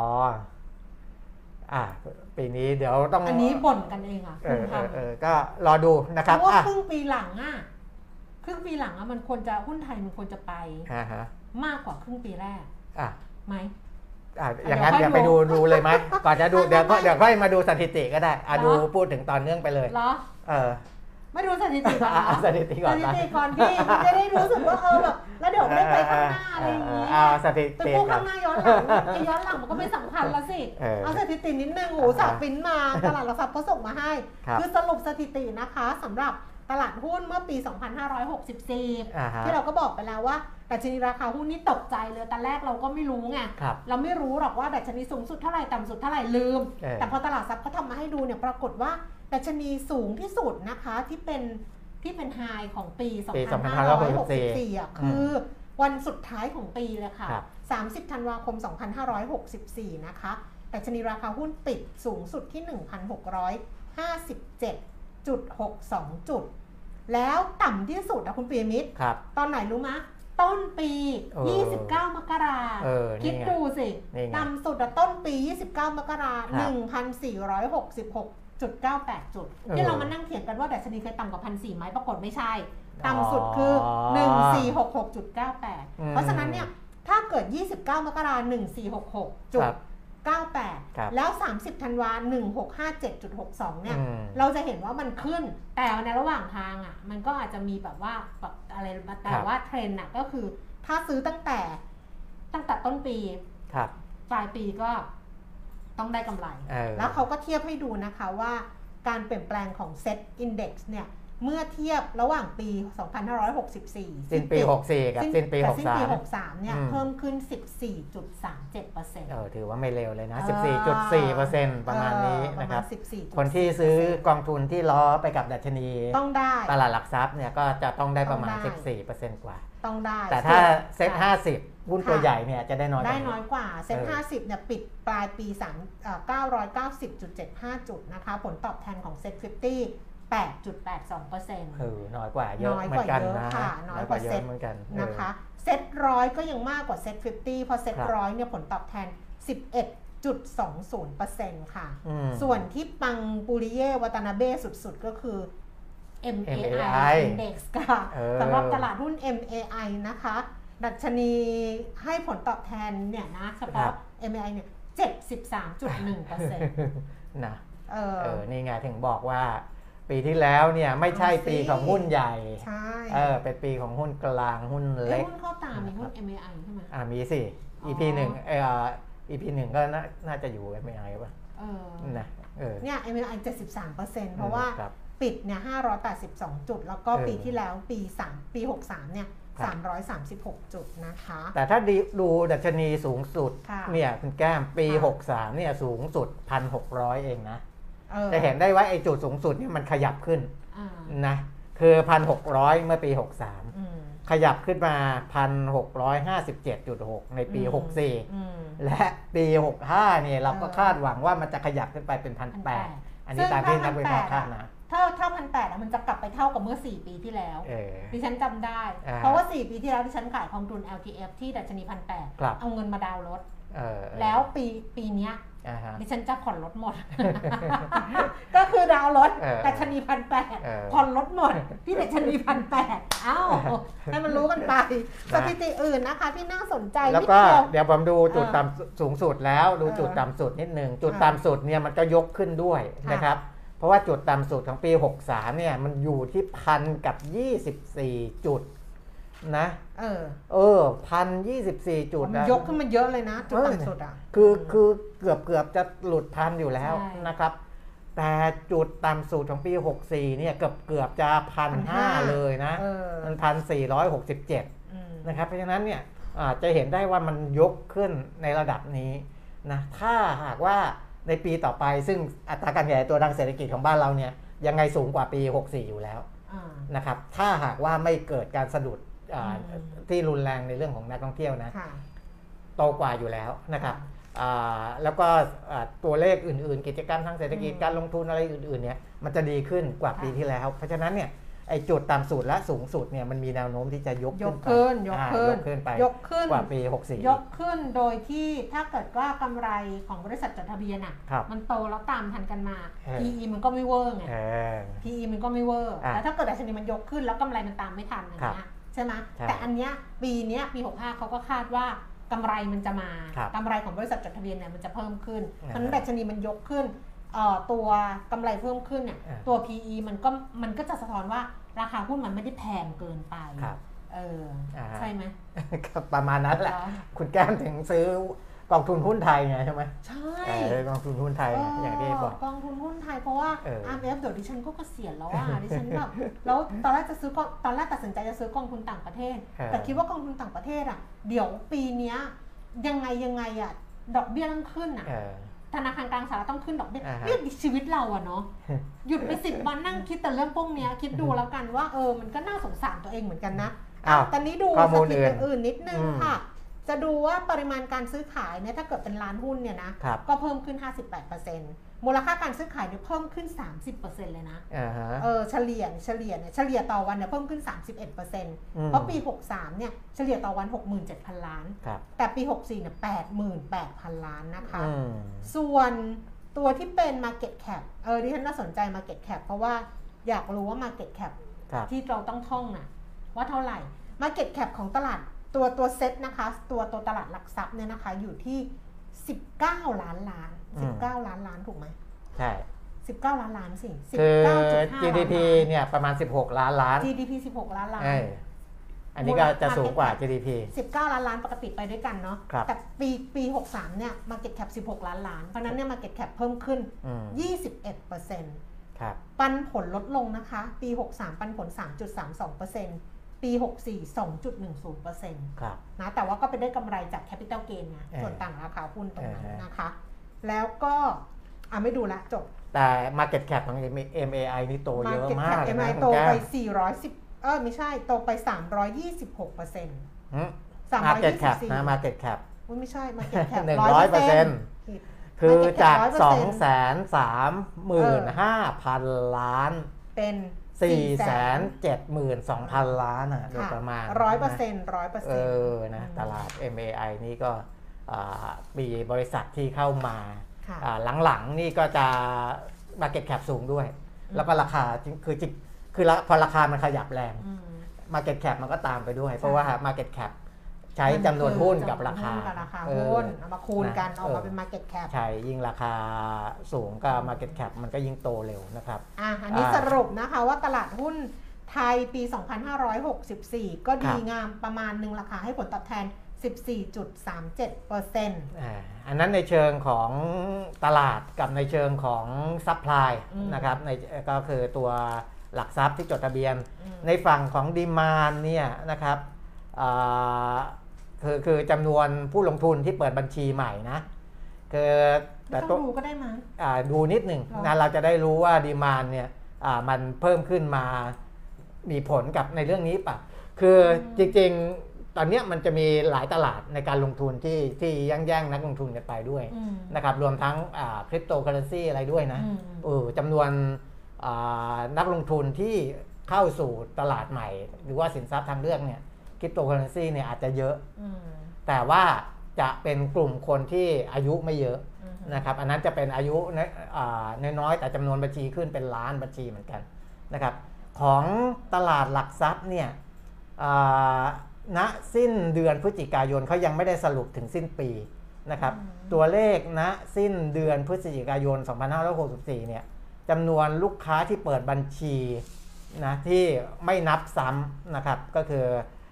ปีนี้เดี๋ยวต้องอันนี้บ่นกันเองอ่ะก็รอดูนะครับเพราะว่าครึ่งปีหลังมันควรจะหุ้นไทยมันควรจะไปมากกว่าครึ่งปีแรกไหมอย่างนั้นเดี๋ยวไปดูเลยไหมก่อนจะดูเดี๋ยวค่อยมาดูสถิติก็ได้ดูพูดถึงตอนเนื่องไปเลยเหรอไม่ดูสถิติก่อนสถิติก่อนพี่จะได้รู้สึกว่าแบบแล้วเดี๋ยวไม่ไปข้างหน้าอะไรอย่างเงี้ยสถิติแต่พวกข้างหน้าย้อนหลังมันก็ไม่สำคัญละสิเอาสถิตินิดนึงสาวปิ้นมาตลาดหลักทรัพย์เขาส่งมาให้คือสรุปสถิตินะคะสำหรับตลาดหุ้นเมื่อปี 2564 ที่เราก็บอกไปแล้วว่าดัชนีราคาหุ้นนี่ตกใจเลยตอนแรกเราก็ไม่รู้ไงเราไม่รู้หรอกว่าดัชนีสูงสุดเท่าไหร่ต่ำสุดเท่าไหร่ลืมแต่พอตลาดทรัพย์เขาทำมาให้ดูเนี่ยปรากฏว่าดัชนีสูงที่สุดนะคะที่เป็นไฮของปี 2564 คือวันสุดท้ายของปีเลยค่ะ30 ธันวาคม 2564 นะคะดัชนีราคาหุ้นปิดสูงสุดที่ 1,657.62 จุดแล้วต่ำที่สุดคุณปีมิตรตอนไหนรู้ไหมต้นปี29 มกราคมคิดดูสิต่ำสุดต้นปี 29 มกราคม 1,466.98 จุดที่เรามานั่งเถียงกันว่าดัชนีเคยต่ำกว่า 1,400 ไหมปรากฏไม่ใช่ต่ำสุดคือ 1,466.98 เพราะฉะนั้นเนี่ยถ้าเกิด29 มกราคม 1,466.98 แล้ว30 ธันวาคม 1,657.62 เนี่ยเราจะเห็นว่ามันขึ้นแต่ในระหว่างทางมันก็อาจจะมีแบบว่าอะไรแต่ว่าเทรนด์ก็คือถ้าซื้อตั้งแต่ต้นปีปลายปีก็ต้องได้กำไรแล้วเขาก็เทียบให้ดูนะคะว่าการเปลี่ยนแปลงของ Set Index เนี่ยเมื่อเทียบระหว่างปี 2564 สิ้นปี64กับสิ้นปี 63เนี่ยเพิ่มขึ้น 14.37% ถือว่าไม่เร็วเลยนะ 14.4% ประมาณนี้นะครับคนที่ซื้อกองทุนที่ล้อไปกับดัชนีต้องได้ตลาดหลักทรัพย์เนี่ยก็จะต้องได้ประมาณ 14% กว่าต้องได้แต่ถ้าเซ็ต50หุ้นตัวใหญ่เนี่ยจะได้น้อยกว่าเซ็ต50เนี่ยปิดปลายปี990.75 จุดนะคะผลตอบแทนของเซ็ต50 8.82% น้อยกว่าเยอะเหมือนกันนะน้อยกว่าเซ็ตเหมือนกันนะคะเซ็ต100ก็ยังมากกว่าเซ็ต50เพราะเซ็ต100เนี่ยผลตอบแทน 11.20% ค่ะส่วนที่ปังปุริเย่วัตนาเบ้สุดๆก็คือ MAI Index ค่ะสำหรับตลาดหุ้น MAI นะคะดัชนีให้ผลตอบแทนเนี่ยนะเฉพาะ MAI เนี่ย 73.1% นะนี่ไงถึงบอกว่าปีที่แล้วเนี่ยไม่ใช่ปีของหุ้นใหญ่ใช่เป็นปีของหุ้นกลางหุ้นเล็กหุ้นเข้าตามมีหุ้น MAI ใช่ไหมมีสิ EP 1ก็น่าจะอยู่ MAI ป่ะนะเนี่ย MAI 73% เพราะว่าปิดเนี่ย582จุดแล้วก็ปีที่แล้วปี63เนี่ย336จุดนะคะแต่ถ้าดูดัชนีสูงสุดเนี่ยคุณแก้มปี63เนี่ยสูงสุด 1,600 เองนะจะเห็นได้ว่าไอ้จุดสูงสุดนี่มันขยับขึ้นนะคือ 1,600 เมื่อปี63ขยับขึ้นมา 1,657.6 ในปี64และปี65เนี่ยเราก็คาดหวังว่ามันจะขยับขึ้นไปเป็น 1,800 อันนี้ตามที่นักวิเคราะห์คาดนะถ้า 1,800 มันจะกลับไปเท่ากับเมื่อ4ปีที่แล้วดิฉันจำได้เพราะว่า4ปีที่แล้วดิฉันขายกองทุน LTF ที่ดัชนี 1,800 เอาเงินมาดาวน์รถแล้วปีนี้ดิฉันจะผ่อนรถหมด ก็คือดาวรถดัชนี 1,800 ผ่อนรถหมดที่ดัชนี 1,800 เอ้าให้มันรู้กันไปสถิติอื่นนะคะที่น่าสนใจแล้วก็เดี๋ยวผมดูจุดต่ำสูงสุดแล้วดูจุดต่ำสุดนิดนึงจุดต่ำสุดเนี่ยมันก็ยกขึ้นด้วยนะครับเพราะว่าจุดต่ำสุดของปี63เนี่ยมันอยู่ที่1,024 จุดนะ1,024 จุดนะยกขึ้นมาเยอะเลยนะจุดต่ำสุดคือเกือบจะหลุดพันอยู่แล้วนะครับแต่จุดต่ำสุดของปี64เนี่ยเกือบจะ 1,500 เลยนะมัน 1,467 นะครับเพราะฉะนั้นเนี่ยจะเห็นได้ว่ามันยกขึ้นในระดับนี้นะถ้าหากว่าในปีต่อไปซึ่งอัตราการขยายตัวทางเศรษฐกิจของบ้านเราเนี่ยยังไงสูงกว่าปี64อยู่แล้วนะครับถ้าหากว่าไม่เกิดการสะดุดที่รุนแรงในเรื่องของนักท่องเที่ยวนะโตกว่าอยู่แล้วนะครับแล้วก็ตัวเลขอื่นๆกิจกรรมทางเศรษฐกิจการลงทุนอะไรอื่นๆเนี่ยมันจะดีขึ้นกว่าปีที่แล้วเพราะฉะนั้นเนี่ยไอ้จุดต่ำสุดและสูงสุดเนี่ยมันมีแนวโน้มที่จะยกขึ้นไปกว่าปี64 ยกขึ้นโดยที่ถ้าเกิดว่ากำไรของบริษัทจดทะเบียนมันโตแล้วตามทันกันมา PE มันก็ไม่เวอร์ไง PE มันก็ไม่เวอร์แต่ถ้าเกิดดัชนีมันยกขึ้นแล้วกำไรมันตามไม่ทันอย่างเงี้ยใช่ไหมแต่อันเนี้ยปี65เขาก็คาดว่ากำไรมันจะมากำไรของบริษัทจดทะเบียนเนี่ยมันจะเพิ่มขึ้นเพราะฉะนั้นดัชนีมันยกขึ้นตัวกำไรเพิ่มขึ้นเนี่ยตัว PE มันก็จะสะท้อนว่าราคาหุ้นมันไม่ได้แพงเกินไปใช่ไหมประมาณนั้นแหละคุณแก้มถึงซื้อกองทุนหุ้นไทยไงใช่ไหมใช่กองทุนหุ้นไทยอย่างที่บอกกองทุนหุ้นไทยเพราะว่า RMF เดี๋ยวดิฉันก็เกษียณแล้วดิฉันแบบแล้วตอนแรกตัดสินใจจะซื้อกองทุนต่างประเทศแต่คิดว่ากองทุนต่างประเทศเดี๋ยวปีนี้ยังไงดอกเบี้ยต้องขึ้นธนาคารกลางสหรัฐต้องขึ้นดอกเบี้ยเนี่ยชีวิตเราเนาะหยุดไป10 วันนั่งคิดแต่เรื่องพวกนี้คิดดูแล้วกันว่ามันก็น่าสงสารตัวเองเหมือนกันนะตอนนี้ดูสถิติอื่นนิดนึงค่ะจะดูว่าปริมาณการซื้อขายเนี่ยถ้าเกิดเป็นล้านหุ้นเนี่ยนะก็เพิ่มขึ้น 58%มูลค่าการซื้อขายเนี่ยเพิ่มขึ้น 30% เลยนะเฉลี่ยต่อวันเนี่ยเพิ่มขึ้น 31%เพราะปี63เนี่ยเฉลี่ยต่อวัน 67,000 ล้านแต่ปี64เนี่ย 88,000 ล้านนะคะส่วนตัวที่เป็น market cap ดิฉันน่าสนใจ market cap เพราะว่าอยากรู้ว่า market cap ที่เราต้องท่องนะว่าเท่าไหร่ market cap ของตลาดตัวเซ็ตนะคะตัวตลาดหลักทรัพย์เนี่ยนะคะอยู่ที่19 ล้านล้าน19 ล้านล้านถูกไหมใช่ 19 ล้านล้านสิ 19.5 GDP เนี่ยประมาณ16 ล้านล้าน GDP 16 ล้านล้านอันนี้ก็จะสูงกว่า GDP 19 ล้านล้านปกติไปด้วยกันเนาะแต่ปี63เนี่ย market cap 16 ล้านล้านเพราะนั้นเนี่ย market cap เพิ่มขึ้น 21% ปันผลลดลงนะคะปี63ปันผล 3.32%ปี64 2.10% นะแต่ว่าก็ไปได้กำไรจาก Capital Gain นะส่วนต่างราคาหุ้นตรงนั้นนะคะแล้วก็ไม่ดูละจบแต่ Market Cap ของ MAI นี่โตเยอะมาก Market Cap MAI โตไป410ไม่ใช่โตไป 326% Market Cap นะ Market Cap ไม่ใช่ Market Cap 100%คือจาก 235,000 ล้านเป็น 472,000 ล้านโดยประมาณ 100% นะตลาด MAI นี่ก็มีบริษัทที่เข้ามาหลังๆนี่ก็จะ Market Cap สูงด้วยแล้วก็ราคาคือพอราคามันขยับแรง Market Cap มันก็ตามไปด้วยเพราะว่า Market Cap ใช้จำนวนหุ้นกับราคาหุ้นเอามาคูณกันออกมาเป็น Market Cap ใช่ยิ่งราคาสูงก็ Market Cap มันก็ยิ่งโตเร็วนะครับอันนี้สรุปนะคะว่าตลาดหุ้นไทยปี 2564 ก็ดีงามประมาณนึงราคาให้ผลตอบแทน 14.37% อันนั้นในเชิงของตลาดกับในเชิงของซัพพลายนะครับก็คือตัวหลักทรัพย์ที่จดทะเบียนในฝั่งของดีมานด์เนี่ยนะครับคือจำนวนผู้ลงทุนที่เปิดบัญชีใหม่นะคือแต่ต้องดูก็ได้มั้ยดูนิดหนึ่งนะเราจะได้รู้ว่าดีมานด์เนี่ยมันเพิ่มขึ้นมามีผลกับในเรื่องนี้ป่ะคือจริงๆตอนนี้มันจะมีหลายตลาดในการลงทุนที่แย่งนักลงทุนกันไปด้วยนะครับรวมทั้งคริปโตเคอเรนซีอะไรด้วยนะจำนวนนักลงทุนที่เข้าสู่ตลาดใหม่หรือว่าสินทรัพย์ทางเลือกเนี่ยคริปโตเคอเรนซีเนี่ยอาจจะเยอะแต่ว่าจะเป็นกลุ่มคนที่อายุไม่เยอะนะครับอันนั้นจะเป็นอายุน้อยๆแต่จำนวนบัญชีขึ้นเป็นล้านบัญชีเหมือนกันนะครับของตลาดหลักทรัพย์เนี่ยณสิ้นเดือนพฤศจิกายนเขายังไม่ได้สรุปถึงสิ้นปีนะครับตัวเลขณสิ้นเดือนพฤศจิกายน 2564 เนี่ยจำนวนลูกค้าที่เปิดบัญชีนะที่ไม่นับซ้ำนะครับก็คือ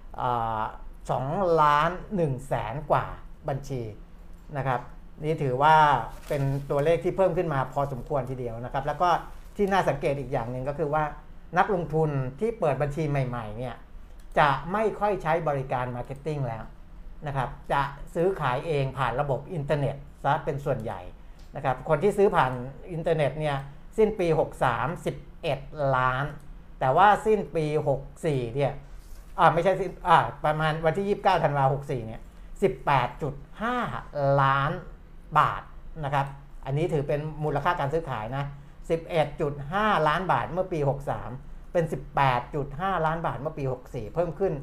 2,100,000 กว่าบัญชีนะครับนี่ถือว่าเป็นตัวเลขที่เพิ่มขึ้นมาพอสมควรทีเดียวนะครับแล้วก็ที่น่าสังเกตอีกอย่างหนึ่งก็คือว่านักลงทุนที่เปิดบัญชีใหม่ๆเนี่ยจะไม่ค่อยใช้บริการมาร์เก็ตติ้งแล้วนะครับจะซื้อขายเองผ่านระบบอินเทอร์เน็ตซะเป็นส่วนใหญ่นะครับคนที่ซื้อผ่านอินเทอร์เน็ตเนี่ยสิ้นปี63 11 ล้านแต่ว่าสิ้นปี64เนี่ยไม่ใช่ประมาณวันที่29 ธันวาคม 64เนี่ย 18.5 ล้านบาทนะครับอันนี้ถือเป็นมูลค่าการซื้อขายนะ 11.5 ล้านบาทเมื่อปี63เป็น 18.5 ล้านบาทเมื่อปี64เพิ่มขึ้น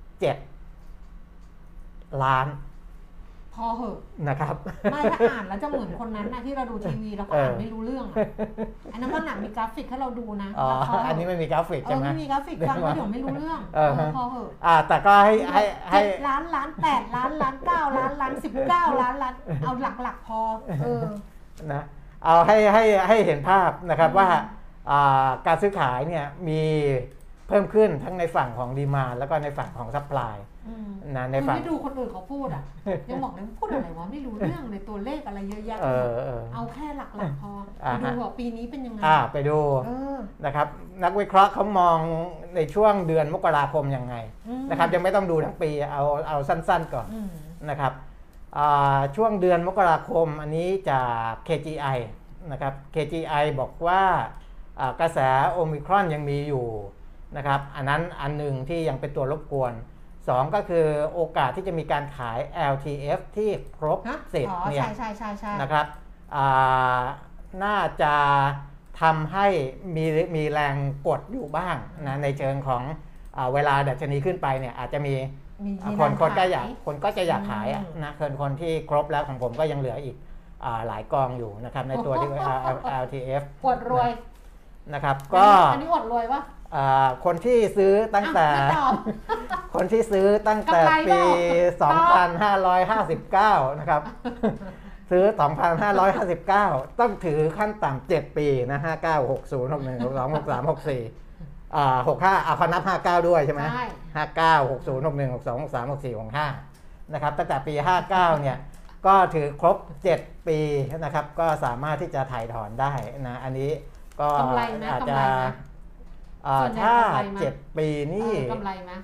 7 ล้านพอเหอะนะครับไม่ถ้าอ่านแล้วจะเหมือนคนนั้นนะที่เราดูทีวีแล้วก็อ่านไม่รู้เรื่องอันนั้นมันหนักมีกราฟิกให้เราดูนะอันนี้ไม่มีกราฟิกใช่ไหมไม่มีกราฟิกฟังแล้วเดี๋ยวไม่รู้เรื่องพอเหอะแต่ก็ให้ 7 ล้านล้าน8 ล้านล้าน9 ล้านล้าน19 ล้านล้านเอาหลักๆพอนะเอาให้เห็นภาพนะครับว่าการซื้อขายเนี่ยมีเพิ่มขึ้นทั้งในฝั่งของดีมานด์แล้วก็ในฝั่งของซัพพลายนะในฝั่งไม่ดูคนอื่นเขาพูดยังบอกเลยพูดอะไรวะไม่รู้เรื่องเลยตัวเลขอะไรเยอะแยะเอาแค่หลักๆพอไปดูว่าปีนี้เป็นยังไงไปดูนะครับนักวิเคราะห์เขามองในช่วงเดือนมกราคมยังไงนะครับยังไม่ต้องดูทั้งปีเอาสั้นๆก่อนนะครับช่วงเดือนมกราคมอันนี้จาก KGI นะครับ KGI บอกว่ากระแสโอมิครอนยังมีอยู่นะครับอันนั้นอันหนึ่งที่ยังเป็นตัวรบกวน2ก็คือโอกาสที่จะมีการขาย LTF ที่ครบสิทธิ์เนี่ยนะครับน่าจะทำให้มีแรงกดอยู่บ้างนะในเชิงของเวลาดัชนีขึ้นไปเนี่ยอาจจะมีคนก็จะอยากขายนะคนที่ครบแล้วของผมก็ยังเหลืออีกหลายกองอยู่นะครับในตัวที่ LTF อดรวยนะครับก็อันนี้อดรวยปะคนที่ซื้อตั้งแต่ปี 2559 นะครับซื้อ 2559 ต้องถือขั้นต่ำ7 ปีนะ59 60 61 62 63 64 65เขานับ59ด้วยใช่ไหม59 60 61 62 63 64 65นะครับตั้งแต่ปี59เนี่ยก็ถือครบ7 ปีนะครับก็สามารถที่จะถ่ายถอนได้นะอันนี้ก็กำไรไหมอาจกำจะไรไหมถ้าส่วนใหญ่กำไรไหม 7 ปีนี่กำไรไหม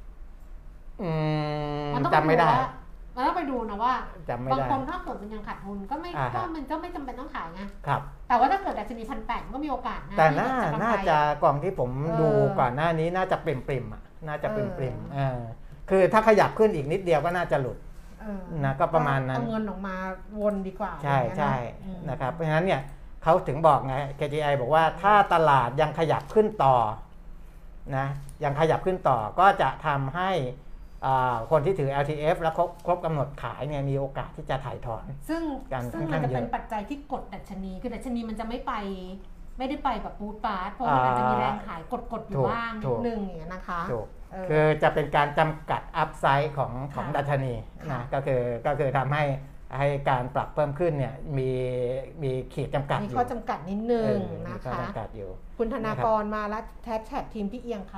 จำไม่ได้มันต้องไปดูนะว่าจำไม่บางได้คนถ้าเกิดมันยังขาดทุนก็ไม่อ่าฮะก็มันก็ไม่จำเป็นต้องขายไงครับแต่ว่าถ้าเกิดดัชนี1,800ก็มีโอกาสนะแต่ที่จะกำไรน่าจะกล่องที่ผมเออดูก่อนหน้านี้น่าจะปริมๆอ่ะน่าจะปริมเออคือถ้าขยับขึ้นอีกนิดเดียวก็น่าจะหลุด นะก็ประมาณนั้นเอาเงินออกมาวนดีกว่าใช่อย่างเงี้ยใช่อืมนะครับเพราะฉะนั้นเนี่ยเขาถึงบอกไง KGI บอกว่าถ้าตลาดยังขยับขึ้นต่อนะยังขยับขึ้นต่อก็จะทำให้คนที่ถือ LTF แล้วครบกำหนดขายเนี่ยมีโอกาสที่จะถ่ายถอนซึ่งกันมันจะค่อนข้างเยอะเป็นปัจจัยที่กดดัชนีคือดัชนีมันจะไม่ได้ไปแบบปูดปาร์ตเพราะมันอาจจะมีแรงขายกดอยู่บ้างนิดนึงอย่างเงี้ยนะคะถูกคือจะเป็นการจำกัดอัพไซด์ของดัชนีนะก็คือทำให้การปรับเพิ่มขึ้นเนี่ยมีขีดจำกัดมีอยู่ข้อจำกัดนิดนึงมีนะข้อคะจำกัดอยู่คุณธนากรมาแล้วแท็กทีมพี่เอียงครับ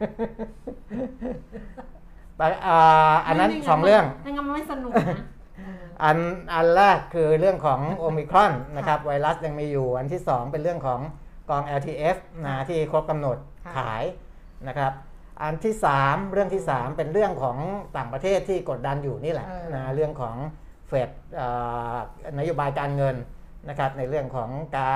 อันนั้นสองเรื่องไม่งั้นมันไม่สนุกนะอันแรกคือเรื่องของโอมิครอนนะครับไวรัสยังมีอยู่อันที่ 2 เป็นเรื่องของกอง LTF นะที่ครบกำหนดขายนะครับอันที่ 3 เรื่องที่ 3 เป็นเรื่องของต่างประเทศที่กดดันอยู่นี่แหละนะเรื่องของเฟดนโยบายการเงินนะครับในเรื่องของ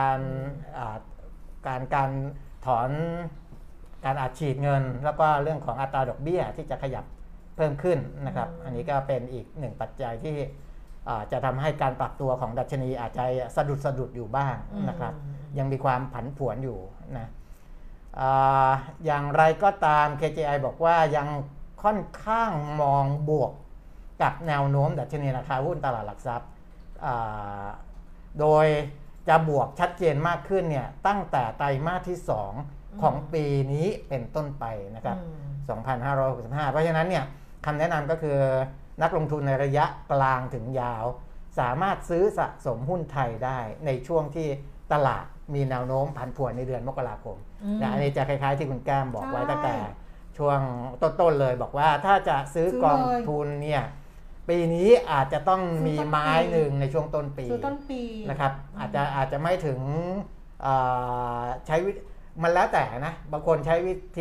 การถอนการอัดฉีดเงินแล้วก็เรื่องของอัตราดอกเบี้ยที่จะขยับเพิ่มขึ้นนะครับอันนี้ก็เป็นอีกหนึ่งปัจจัยที่จะทำให้การปรับตัวของดัชนีอาจจะสะดุดอยู่บ้างนะครับยังมีความผันผวนอยู่นะอย่างไรก็ตาม KGI บอกว่ายังค่อนข้างมองบวกกับแนวโน้มดัชนีราคาหุ้นตลาดหลักทรัพย์โดยจะบวกชัดเจนมากขึ้นเนี่ยตั้งแต่ไตรมาสที่ 2 ของปีนี้เป็นต้นไปนะครับ 2565 เพราะฉะนั้นเนี่ยคำแนะนำก็คือนักลงทุนในระยะกลางถึงยาวสามารถซื้อสะสมหุ้นไทยได้ในช่วงที่ตลาดมีแนวโน้มผันผวนในเดือนมกราคมนะอันนี้จะคล้ายๆที่คุณแก้มบอกไว้ตั้งแต่ช่วงต้นๆเลยบอกว่าถ้าจะซื้อกองทุนเนี่ยปีนี้อาจจะต้องมีไม้หนึ่งในช่วงต้นปีนะครับอาจจะไม่ถึงใช้มันแล้วแต่นะบางคนใช้วิธี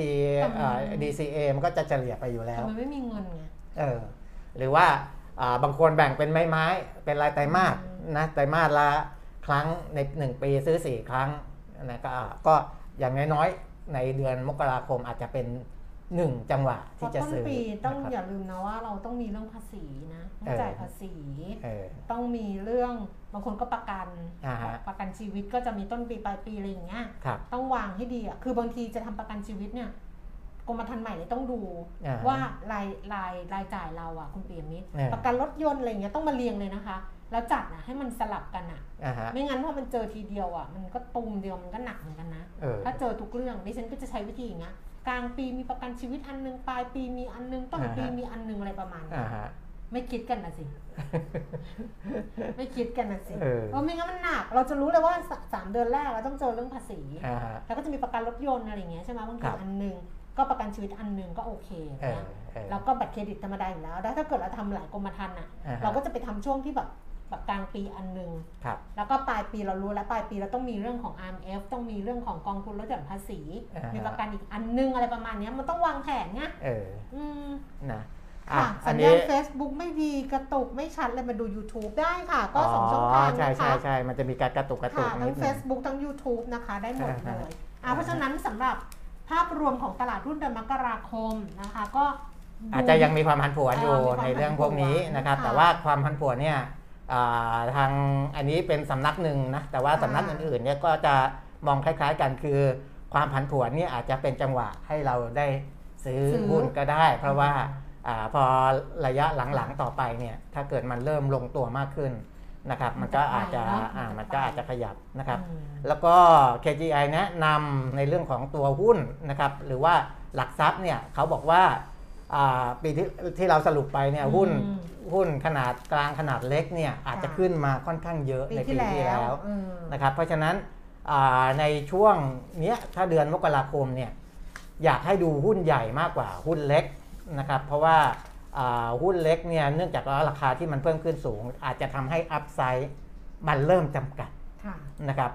DCA มันก็จะเฉลี่ยไปอยู่แล้วมันไม่มีเงินไงหรือว่าบางคนแบ่งเป็นไม้เป็นรายไตรมาสนะไตรมาสละครั้งใน1ปีซื้อ4ครั้งนะก็อย่างน้อยๆในเดือนมกราคมอาจจะเป็น1จังหวะที่จะซื้อต้นปีต้องอย่าลืมนะว่าเราต้องมีเรื่องภาษีนะต้องจ่ายภาษีต้องมีเรื่องบางคนก็ประกันชีวิตก็จะมีต้นปีปลายปีอะไรอย่างเงี้ยต้องวางให้ดีอ่ะคือบางทีจะทำประกันชีวิตเนี่ยกรมธรรม์ใหม่เลยต้องดูว่ารายจ่ายเราอ่ะคุณเปียมิตรประกันรถยนต์อะไรเงี้ยต้องมาเรียงเลยนะคะแล้วจัดนะให้มันสลับกันอ่ะไม่งั้นพอมันเจอทีเดียวอ่ะมันก็ตุ่มเดียวมันก็หนักเหมือนกันนะถ้าเจอทุกเรื่องดิฉันก็จะใช้วิธีอย่างเงี้ยกลางปีมีประกันชีวิตอันนึงปลายปีมีอันนึงต้นปีมีอันนึงอะไรประมาณนี้ไม่คิดกันนะสิ ไม่คิดกันนะสิเพราะไม่งั้นมันหนักเราจะรู้เลยว่า3 เดือนแรกเราต้องเจอเรื่องภาษีแล้วก็จะมีประกันรถยนต์อะไรอย่างเงี้ยใช่ไหมบางทีอันนึงก็ประกันชีวิตอันนึงก็โอเคนะแล้วก็บัตรเครดิตธรรมดาอยู่แล้วถ้าเกิดเราทำหลายกรมธรรม์อ่ะเราก็จะไปทำช่วงที่แบบกลางปีอันนึงแล้วก็ปลายปีเรารู้แล้วปลายปีเราต้องมีเรื่องของ RMF ต้องมีเรื่องของกองทุนลดหย่อนภาษีมีประกันอีกอันนึงอะไรประมาณนี้มันต้องวางแผนไงนะสัญญาณ Facebook ไม่ดีกระตุกไม่ชัดเลยมาดู YouTube ได้ค่ะก็2ช่องทางนะคะใช่มันจะมีการกระตุกทั้ง Facebook ทั้ง YouTube นะคะได้หมดเลยเพราะฉะนั้นสำหรับภาพรวมของตลาดหุ้นเดือนมกราคมนะคะก็อาจจะยังมีความผันผวนอยู่ในเรื่องพวกนี้นะครับแต่ว่าความผันผวนเนี่ยทางอันนี้เป็นสำนักหนึ่งนะแต่ว่าสำนักอื่นๆเนี่ยก็จะมองคล้ายๆกันคือความผันผวนเนี่ยอาจจะเป็นจังหวะให้เราได้ซื้อหุ้นก็ได้เพราะว่าพอระยะหลังๆต่อไปเนี่ยถ้าเกิดมันเริ่มลงตัวมากขึ้นนะครับมันก็อาจจะขยับนะครับแล้วก็ KGI แนะนำในเรื่องของตัวหุ้นนะครับหรือว่าหลักทรัพย์เนี่ยเขาบอกว่าปีที่เราสรุปไปเนี่ยหุ้นขนาดกลางขนาดเล็กเนี่ยอาจจะขึ้นมาค่อนข้างเยอะในปีที่แล้วนะครับเพราะฉะนั้นในช่วงนี้ถ้าเดือนมกราคมเนี่ยอยากให้ดูหุ้นใหญ่มากกว่าหุ้นเล็กนะครับเพราะว่าหุ้นเล็กเนี่ยเนื่องจากราคาที่มันเพิ่มขึ้นสูงอาจจะทำให้อัพไซด์มันเริ่มจำกัดนะครับ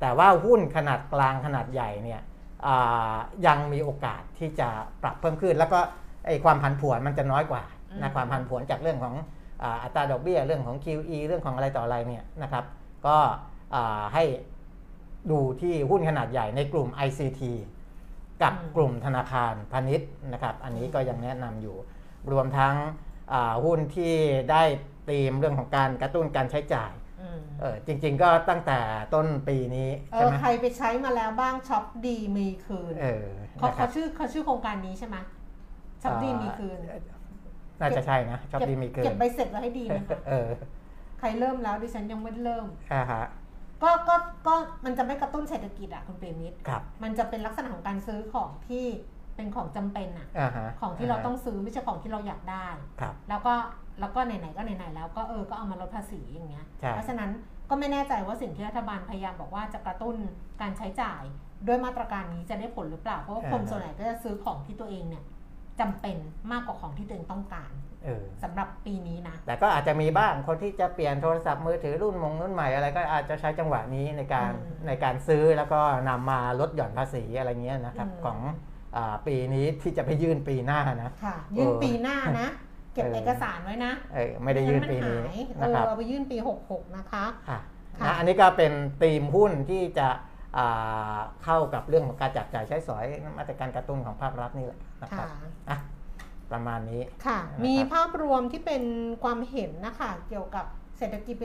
แต่ว่าหุ้นขนาดกลางขนาดใหญ่เนี่ยยังมีโอกาสที่จะปรับเพิ่มขึ้นแล้วก็ไอ้ความผันผวนมันจะน้อยกว่านะความผันผวนจากเรื่องของอัตราดอกเบี้ยเรื่องของ QE เรื่องของอะไรต่ออะไรเนี่ยนะครับก็ให้ดูที่หุ้นขนาดใหญ่ในกลุ่ม ICT กับกลุ่มธนาคารพาณิชย์นะครับอันนี้ก็ยังแนะนำอยู่รวมทั้งหุ้นที่ได้ธีมเรื่องของการกระตุ้นการใช้จ่ายจริงๆก็ตั้งแต่ต้นปีนี้ใช่ไหมใครไปใช้มาแล้วบ้างช็อปดีมีคืนเขาชื่อโครงการนี้ใช่ไหมช็อปดีมีคืนน่าจะใช่นะช็อปดีมีคืนเก็บใบเสร็จไว้ให้ดีนะคะใครเริ่มแล้วดิฉันยังไม่เริ่มก็มันจะไม่กระตุ้นเศรษฐกิจคุณเปรมิตรมันจะเป็นลักษณะของการซื้อของที่เป็นของจำเป็นของที่เราต้องซื้อไม่ใช่ของที่เราอยากได้แล้วก็ไหนๆก็ไหนๆแล้วก็ก็เอามาลดภาษีอย่างเงี้ยเพราะฉะนั้นก็ไม่แน่ใจว่าสิ่งที่รัฐบาลพยายามบอกว่าจะกระตุ้นการใช้จ่ายด้วยมาตรการนี้จะได้ผลหรือเปล่าเพราะว่าคนส่วนใหญ่ก็จะซื้อของที่ตัวเองเนี่ยจำเป็นมากกว่าของที่ตัวเองต้องการสำหรับปีนี้นะแต่ก็อาจจะมีบ้างคนที่จะเปลี่ยนโทรศัพท์มือถือรุ่นใหม่อะไรก็อาจจะใช้จังหวะนี้ในการซื้อแล้วก็นำมาลดหย่อนภาษีอะไรเงี้ยนะครับของปีนี้ที่จะไปยื่นปีหน้านะยื่นปีหน้านะเก็บเอกสารไว้นะไม่ได้ยื่นปีนี้นะครับเราไปยื่นปี66นะคะอันนี้ก็เป็นธีมหุ้นที่จะเข้ากับเรื่องของการจับจ่ายใช้สอยมาตรการกระตุ้นของภาครัฐนี่แหละนะครับประมาณนี้ค่ะมีภาพรวมที่เป็นความเห็นนะคะเกี่ยวกับเศรษฐกิจปี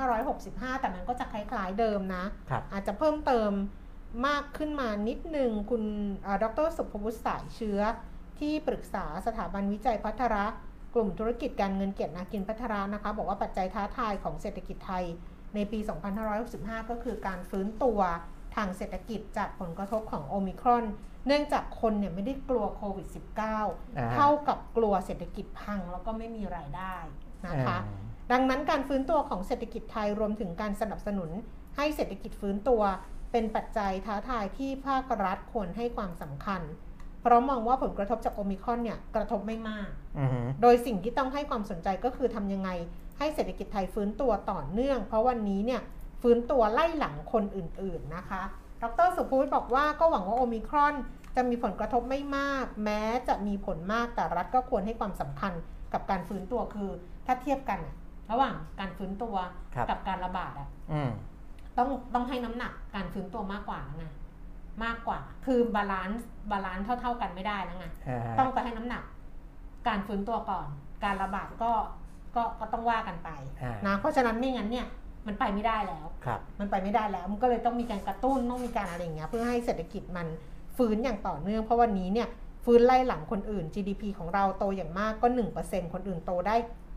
2565แต่มันก็จะคล้ายๆเดิมนะอาจจะเพิ่มเติมมากขึ้นมานิดนึงคุณดร.สุภวุฒิสายเชื้อที่ปรึกษาสถาบันวิจัยพัฒระกลุ่มธุรกิจการเงินเกียรตินาคินพัฒระนะคะบอกว่าปัจจัยท้าทายของเศรษฐกิจไทยในปี2565ก็คือการฟื้นตัวทางเศรษฐกิจจากผลกระทบของโอมิครอนเนื่องจากคนเนี่ยไม่ได้กลัวโควิด -19 เท่ากับกลัวเศรษฐกิจพังแล้วก็ไม่มีรายได้นะคะดังนั้นการฟื้นตัวของเศรษฐกิจไทยรวมถึงการสนับสนุนให้เศรษฐกิจฟื้นตัวเป็นปัจจัยท้าทายที่ภาครัฐควรให้ความสำคัญเพราะมองว่าผลกระทบจากโอมิครอนเนี่ยกระทบไม่มากโดยสิ่งที่ต้องให้ความสนใจก็คือทำยังไงให้เศรษฐกิจไทยฟื้นตัวต่อเนื่องเพราะวันนี้เนี่ยฟื้นตัวไล่หลังคนอื่นๆนะคะดร.สุภวุฒิบอกว่าก็หวังว่าโอมิครอนจะมีผลกระทบไม่มากแม้จะมีผลมากแต่รัฐก็ควรให้ความสำคัญกับการฟื้นตัวคือถ้าเทียบกันระหว่างการฟื้นตัวกับการระบาดต้องให้น้ำหนักการฟื้นตัวมากกว่าไงมากกว่าคือบาลานซ์เท่ากันไม่ได้นะไงต้องไปให้น้ำหนักการฟื้นตัวก่อนการระบาดก็ต้องว่ากันไปนะเพราะฉะนั้นไม่งั้นเนี่ยมันไปไม่ได้แล้วมันไปไม่ได้แล้วมันก็เลยต้องมีการกระตุ้นต้องมีการอะไรอย่างเงี้ยเพื่อให้เศรษฐกิจมันฟื้นอย่างต่อเนื่องเพราะวันนี้เนี่ยฟื้นไล่หลังคนอื่น GDP ของเราโตอย่างมากก็ 1% คนอื่นโตได้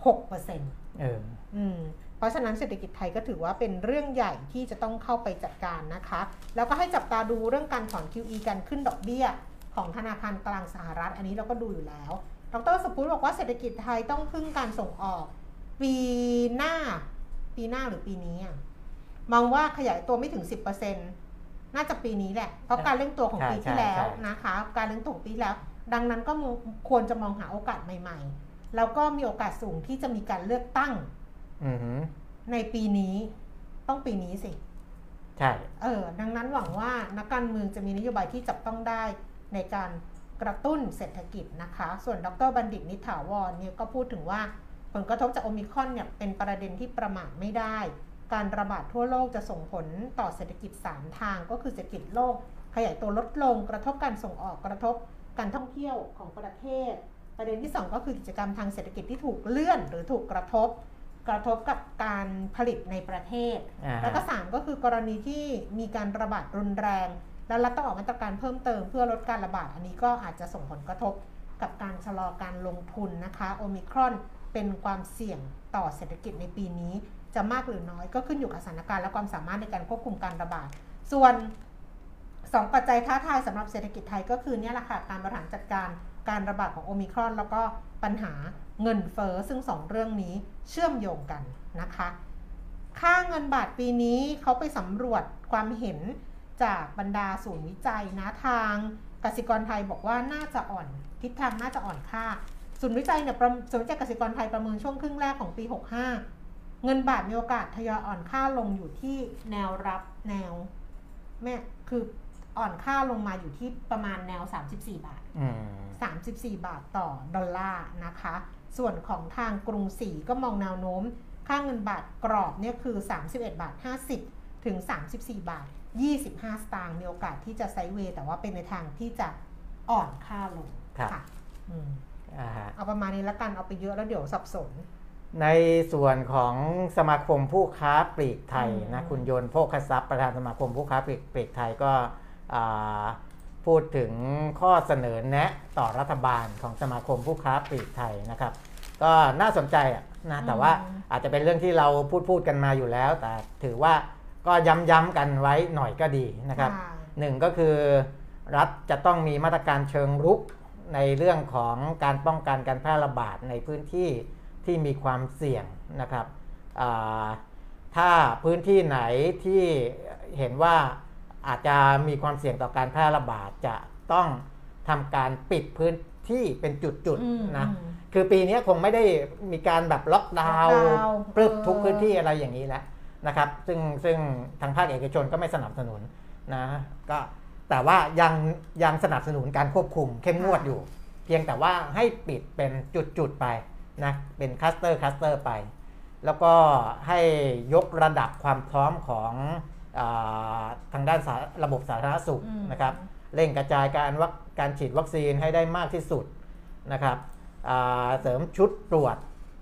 6% เพราะฉะนั้นเศรษฐกิจไทยก็ถือว่าเป็นเรื่องใหญ่ที่จะต้องเข้าไปจัดการนะคะแล้วก็ให้จับตาดูเรื่องการถอน QE การขึ้นดอกเบี้ยของธนาคารกลางสหรัฐอันนี้เราก็ดูอยู่แล้วดร.สุภวุฒิบอกว่าเศรษฐกิจไทยต้องพึ่งการส่งออกปีหน้าหรือปีนี้มองว่าขยายตัวไม่ถึง 10%น่าจะปีนี้แหละเพราะการเร่งตัวของปีที่แล้วนะคะการเร่งตัวปีแล้วดังนั้นก็ควรจะมองหาโอกาสใหม่ๆแล้วก็มีโอกาสสูงที่จะมีการเลือกตั้งในปีนี้ต้องปีนี้สิใช่ดังนั้นหวังว่านักการเมืองจะมีนโยบายที่จับต้องได้ในการกระตุ้นเศรษฐกิจนะคะส่วนดร.บัณฑิตนิถาวรเนี่ยก็พูดถึงว่าผลกระทบจากโอมิครอนเนี่ยเป็นประเด็นที่ประมาทไม่ได้การระบาดทั่วโลกจะส่งผลต่อเศรษฐกิจ3ทางก็คือเศรษฐกิจโลกขยายตัวลดลงกระทบการส่งออกกระทบการท่องเที่ยวของประเทศประเด็นที่2ก็คือกิจกรรมทางเศรษฐกิจที่ถูกเลื่อนหรือถูกกระทบกับการผลิตในประเทศแล้วก็3ก็คือกรณีที่มีการระบาดรุนแรงแล้วรัฐต้องออกมาตรการเพิ่มเติมเพื่อลดการระบาดอันนี้ก็อาจจะส่งผลกระทบกับการชะลอการลงทุนนะคะโอมิครอนเป็นความเสี่ยงต่อเศรษฐกิจในปีนี้จะมากหรือน้อยก็ขึ้นอยู่กับสถานการณ์และความสามารถในการควบคุมการระบาดส่วน2ปัจจัยท้าทายสำหรับเศรษฐกิจไทยก็คือเนี่ยแหละค่ะการบริหารจัดการการระบาดของโอมิครอนแล้วก็ปัญหาเงินเฟ้อซึ่ง2เรื่องนี้เชื่อมโยงกันนะคะค่าเงินบาทปีนี้เขาไปสำรวจความเห็นจากบรรดาศูนย์วิจัยนะทางกสิกรไทยบอกว่าน่าจะอ่อนทิศทางน่าจะอ่อนค่าศูนย์วิจัยเนี่ยศูนย์วิจัยกสิกรไทยประเมินช่วงครึ่งแรกของปี65เงินบาทมีโอกาสทยอยอ่อนค่าลงอยู่ที่แนวรับแนวแม่คืออ่อนค่าลงมาอยู่ที่ประมาณแนว34 บาท34 บาทต่อดอลลาร์นะคะส่วนของทางกรุงศรีก็มองแนวโน้มค่าเงินบาทกรอบเนี่ยคือ31 บาท 50ถึง34 บาท 25 สตางค์มีโอกาสที่จะไซด์เวย์แต่ว่าเป็นในทางที่จะอ่อนค่าลงค่ะเอาประมาณนี้ละกันเอาไปเยอะแล้วเดี๋ยวสับสนในส่วนของสมาคมผู้ค้าปลีกไทยนะคุณยนต์โภคทรัพย์ประธานสมาคมผู้ค้าปลีกไทยก็พูดถึงข้อเสนอแนะต่อรัฐบาลของสมาคมผู้ค้าปลีกไทยนะครับก็น่าสนใจนะแต่ว่าอาจจะเป็นเรื่องที่เราพูดกันมาอยู่แล้วแต่ถือว่าก็ย้ำกันไว้หน่อยก็ดีนะครับหนึ่งก็คือรัฐจะต้องมีมาตรการเชิงรุกในเรื่องของการป้องกันการแพร่ระบาดในพื้นที่ที่มีความเสี่ยงนะครับถ้าพื้นที่ไหนที่เห็นว่าอาจจะมีความเสี่ยงต่อการแพร่ระบาดจะต้องทำการปิดพื้นที่เป็นจุดๆนะคือปีนี้คงไม่ได้มีการแบบล็อกดาวน์ปรึบทุกพื้นที่อะไรอย่างนี้แล้วนะครับซึ่งทางภาคเอกชนก็ไม่สนับสนุนนะก็แต่ว่ายังสนับสนุนการควบคุมเข้มงวดอยู่เพียงแต่ว่าให้ปิดเป็นจุดๆไปนะเป็นคลัสเตอร์ไปแล้วก็ให้ยกระดับความพร้อมของทางด้านระบบสาธารณสุขนะครับเร่งกระจายการฉีดวัคซีนให้ได้มากที่สุดนะครับเสริมชุดตรวจ